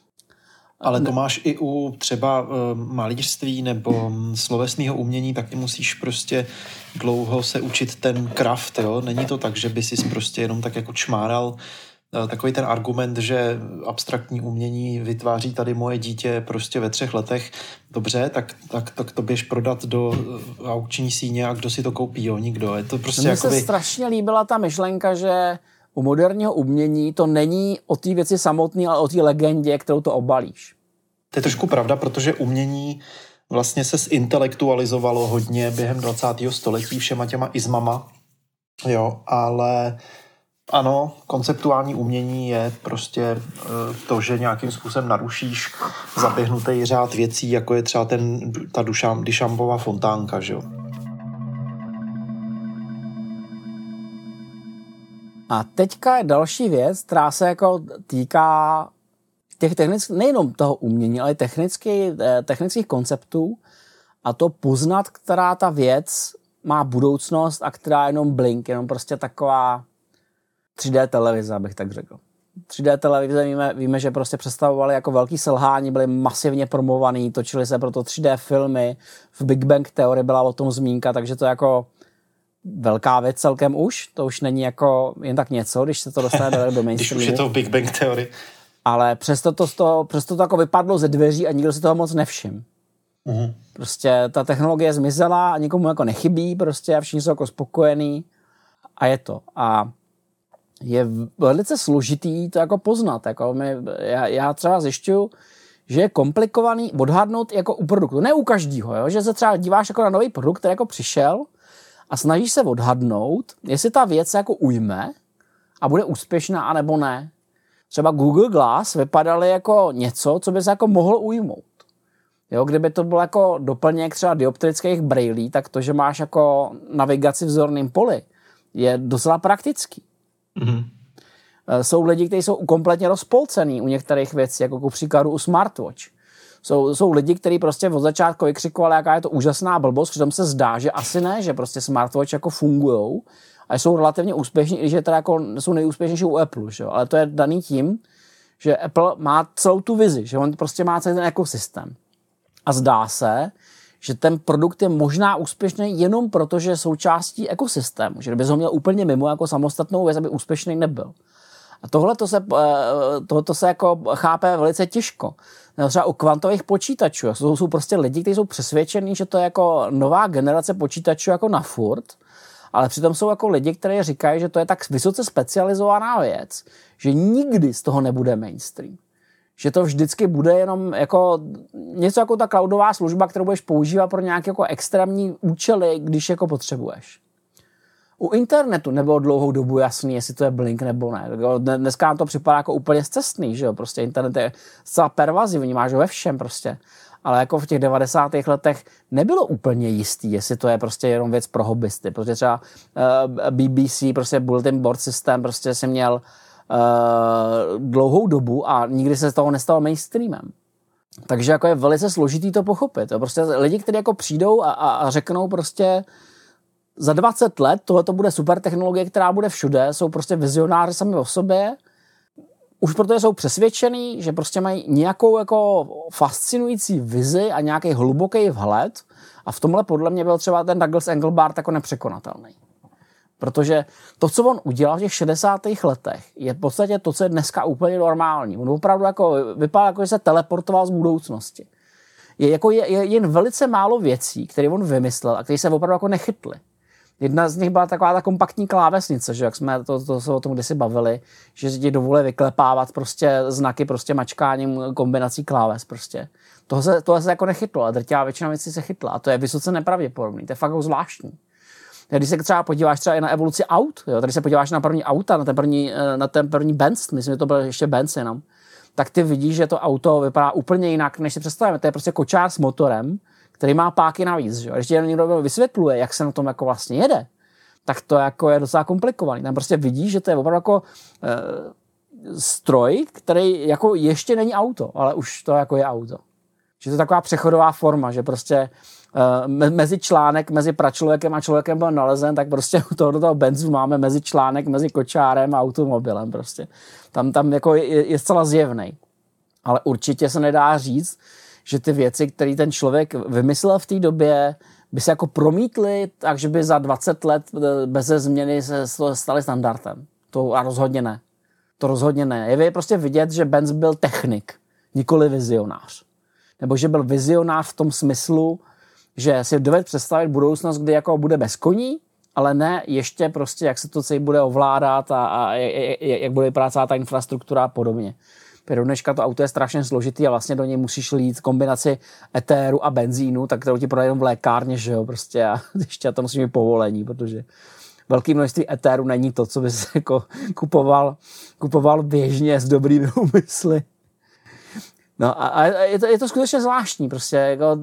[SPEAKER 2] Ale to máš i u třeba malířství nebo slovesného umění, taky musíš prostě dlouho se učit ten craft, jo? Není to tak, že by si prostě jenom tak jako čmáral takový ten argument, že abstraktní umění vytváří tady moje dítě prostě ve 3 letech. Dobře, tak to běž prodat do aukční síně a kdo si to koupí, jo? Nikdo. Je to prostě
[SPEAKER 3] Mně se strašně líbila ta myšlenka, že u moderního umění to není o té věci samotné, ale o té legendě, kterou to obalíš.
[SPEAKER 2] To je trošku pravda, protože umění vlastně se zintelektualizovalo hodně během 20. století všema těma izmama. Jo, ale ano, konceptuální umění je prostě to, že nějakým způsobem narušíš zaběhnutý řád věcí, jako je třeba ta Duchampova fontánka, že jo.
[SPEAKER 3] A teďka je další věc, která se jako týká těch nejenom toho umění, ale technických konceptů a to poznat, která ta věc má budoucnost a která je jenom blink, jenom prostě taková 3D televize, abych tak řekl. 3D televize víme, že prostě představovaly jako velký selhání, byly masivně promovaný, točily se proto 3D filmy, v Big Bang Theory byla o tom zmínka, takže to je jako velká věc celkem už, to už není jako jen tak něco, když se to dostane do mainstreamu.
[SPEAKER 2] Když už je to v Big Bang Theory.
[SPEAKER 3] Ale přesto to jako vypadlo ze dveří a nikdo si toho moc nevšiml. Prostě ta technologie zmizela a nikomu jako nechybí prostě a všichni jsou jako spokojení a je to. A je velice složitý to jako poznat. Jako já třeba zjišťuju, že je komplikovaný odhadnout jako u produktu. Ne u každýho, jo? Že se třeba díváš jako na nový produkt, který jako přišel a snažíš se odhadnout, jestli ta věc se jako ujme a bude úspěšná, anebo ne. Třeba Google Glass vypadaly jako něco, co by se jako mohl ujmout. Jo, kdyby to byl jako doplněk třeba dioptrických brejlí, tak to, že máš jako navigaci v vzorném poli, je docela praktický. Jsou lidi, kteří jsou kompletně rozpolcený u některých věcí, jako ku příkladu u smartwatch. Jsou lidi, kteří prostě od začátku vykřikovali, jaká je to úžasná blbost, přitom se zdá, že asi ne, že prostě smartwatch jako fungujou a jsou relativně úspěšní, i že teda jako jsou nejúspěšnější u Apple, že? Ale to je daný tím, že Apple má celou tu vizi, že on prostě má celý ten ekosystém. A zdá se, že ten produkt je možná úspěšný jenom proto, že je součástí ekosystému, že kdyby ho měl úplně mimo jako samostatnou věc, aby úspěšný nebyl. A tohle se jako chápe velice těžko. Třeba u kvantových počítačů jsou prostě lidi, kteří jsou přesvědčení, že to je jako nová generace počítačů jako na furt, ale přitom jsou jako lidi, kteří říkají, že to je tak vysoce specializovaná věc, že nikdy z toho nebude mainstream. Že to vždycky bude jenom jako něco jako ta cloudová služba, kterou budeš používat pro nějaké jako extrémní účely, když jako potřebuješ. U internetu nebylo dlouhou dobu jasný, jestli to je Blink nebo ne. Dneska nám to připadá jako úplně scestný, že jo? Prostě internet je zcela pervazivní, máš ho ve všem prostě. Ale jako v těch 90. letech nebylo úplně jistý, jestli to je prostě jenom věc pro hobbysty. Protože třeba BBC, prostě bulletin board systém, prostě si měl dlouhou dobu a nikdy se z toho nestalo mainstreamem. Takže jako je velice složitý to pochopit. Jo? Prostě lidi, kteří jako přijdou a řeknou prostě za 20 let tohle to bude super technologie, která bude všude, jsou prostě vizionáři sami o sobě, už protože jsou přesvědčený, že prostě mají nějakou jako fascinující vizi a nějaký hluboký vhled a v tomhle podle mě byl třeba ten Douglas Engelbart jako nepřekonatelný. Protože to, co on udělal v těch 60. letech, je v podstatě to, co je dneska úplně normální. On opravdu jako vypadá, jako že se teleportoval z budoucnosti. Je jen velice málo věcí, které on vymyslel a které se opravdu jako nechytly. Jedna z nich byla taková ta kompaktní klávesnice, že jak jsme to se o tom kdysi bavili, že ti dovolí vyklepávat prostě znaky prostě mačkáním kombinací kláves prostě. Tohle se jako nechytlo, ale drtivá většina věcí se chytla a to je vysoce nepravděpodobný, to je fakt jako zvláštní. Když se třeba podíváš třeba i na evoluci aut, jo, tady se podíváš na první auta, na ten první Benz, myslím, že to byl ještě Benz jenom, tak ty vidíš, že to auto vypadá úplně jinak, než si představíme. To je prostě kočár s motorem, který má páky navíc. Že? A když ti někdo vysvětluje, jak se na tom jako vlastně jede, tak to jako je docela komplikovaný. Tam prostě vidíš, že to je opravdu jako stroj, který jako ještě není auto, ale už to jako je auto. Že to je taková přechodová forma, že prostě mezičlánek mezi pračlověkem a člověkem byl nalezen, tak prostě u toho Benzu máme mezičlánek mezi kočárem a automobilem prostě. Tam jako je zcela zjevnej. Ale určitě se nedá říct, že ty věci, které ten člověk vymyslel v té době, by se jako promítly, takže by za 20 let bez změny se staly standardem. To a rozhodně ne. To rozhodně ne. Je prostě vidět, že Benz byl technik, nikoli vizionář. Nebo že byl vizionář v tom smyslu, že si dovede představit budoucnost, kdy jako bude bez koní, ale ne ještě prostě, jak se to celý bude ovládat a jak bude vypadat celá ta infrastruktura a podobně. Pro dneška to auto je strašně složitý a vlastně do něj musíš lít kombinaci etéru a benzínu, tak kterou ti prodají v lékárně, že jo, prostě a ještě to musí mít povolení, protože velké množství etéru není to, co bys jako kupoval běžně s dobrými úmysly. No a je to skutečně zvláštní, prostě jako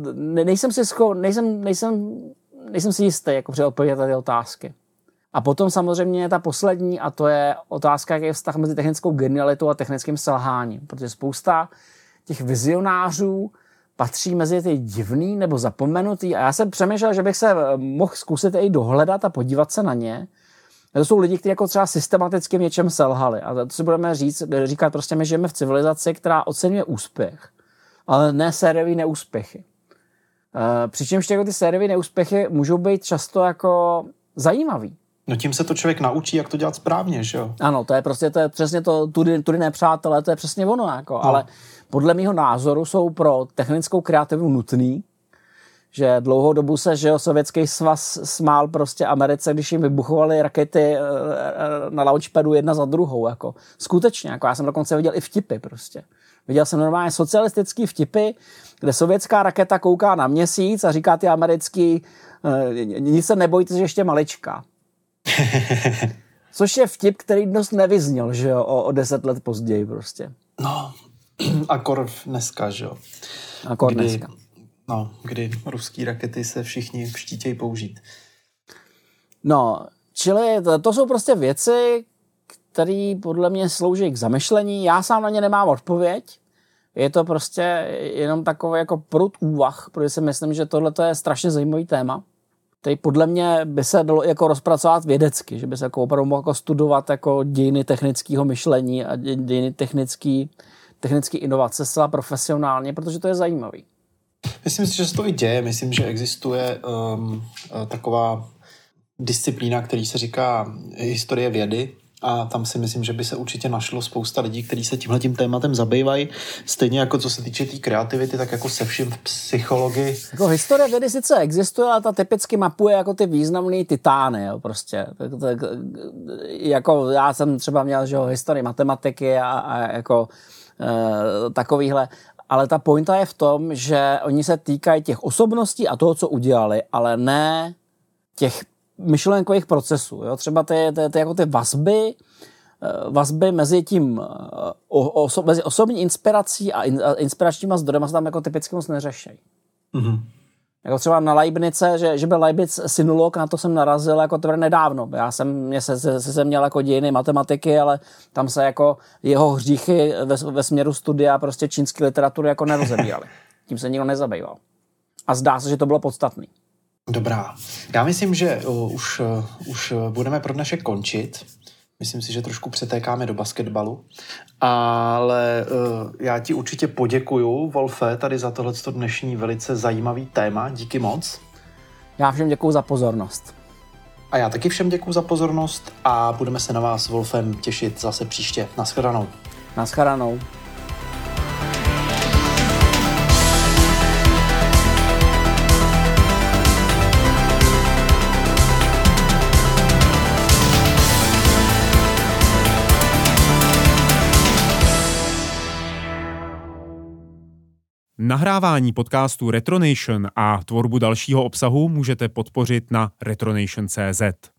[SPEAKER 3] nejsem si jistý, jako při odpovědět na ty otázky. A potom samozřejmě ta poslední, a to je otázka, jaký je vztah mezi technickou genialitou a technickým selháním. Protože spousta těch vizionářů patří mezi ty divný nebo zapomenutý. A já jsem přemýšlel, že bych se mohl zkusit i dohledat a podívat se na ně. A to jsou lidi, kteří jako třeba systematicky v něčem selhali. A to si budeme říkat, prostě my žijeme v civilizaci, která oceňuje úspěch, ale ne sériový neúspěchy. Přičemž ty sériový neúspěchy můžou být často jako zajímavý.
[SPEAKER 2] No tím se to člověk naučí, jak to dělat správně, že jo?
[SPEAKER 3] Ano, to je přesně to, tudy nepřátelé, to je přesně ono, jako, no. Ale podle mýho názoru jsou pro technickou kreativu nutný, že dlouhou dobu se, že jo, Sovětský svaz smál prostě Americe, když jim vybuchovaly rakety na launchpadu jedna za druhou, jako. Skutečně, jako já jsem dokonce viděl i vtipy prostě. Viděl jsem normálně socialistický vtipy, kde sovětská raketa kouká na měsíc a říká ty americký, nic se nebojte, že ještě maličká. Což je vtip, který dost nevyzněl, že jo, o 10 let později prostě.
[SPEAKER 2] No, akor dneska, že jo.
[SPEAKER 3] Dneska.
[SPEAKER 2] No, kdy ruský rakety se všichni štítějí použít.
[SPEAKER 3] No, čili to jsou prostě věci, které podle mě slouží k zamyšlení. Já sám na ně nemám odpověď. Je to prostě jenom takový jako prud úvah, protože si myslím, že tohle je strašně zajímavý téma. Tady podle mě by se dalo jako rozpracovat vědecky, že by se jako opravdu mohl jako studovat jako dějiny technického myšlení a dějiny technické inovace zcela profesionálně, protože to je zajímavý.
[SPEAKER 2] Myslím si, že se to i děje. Myslím, že existuje taková disciplína, který se říká historie vědy, a tam si myslím, že by se určitě našlo spousta lidí, kteří se tímhletím tématem zabývají. Stejně jako co se týče té kreativity, tak jako se vším v psychologii.
[SPEAKER 3] Jako historie vědy sice existuje, ale ta typicky mapuje jako ty významný titány, jo, prostě. Jako já jsem třeba měl, že jo, historii matematiky a jako takovýhle. Ale ta pointa je v tom, že oni se týkají těch osobností a toho, co udělali, ale ne těch myšlenkových procesů. Jo? Třeba ty jako ty vazby mezi tím mezi osobní inspirací a inspiračníma zdrojem se tam jako typicky moc neřešejí. Mm-hmm. Jako třeba na Leibnice, že byl Leibniz synolog, na to jsem narazil jako teprve nedávno. Já jsem měl jako dějiny matematiky, ale tam se jako jeho hříchy ve směru studia prostě čínské literatury jako nerozebíraly. Tím se nikdo nezabýval. A zdá se, že to bylo podstatný.
[SPEAKER 2] Dobrá. Já myslím, že už budeme pro dnešek končit. Myslím si, že trošku přetékáme do basketbalu. Ale já ti určitě poděkuju, Wolfe, tady za tohleto dnešní velice zajímavý téma. Díky moc.
[SPEAKER 3] Já všem děkuju za pozornost.
[SPEAKER 2] A já taky všem děkuju za pozornost a budeme se na vás s Wolfem těšit zase příště. Naschledanou.
[SPEAKER 3] Naschledanou.
[SPEAKER 1] Nahrávání podcastu Retronation a tvorbu dalšího obsahu můžete podpořit na retronation.cz.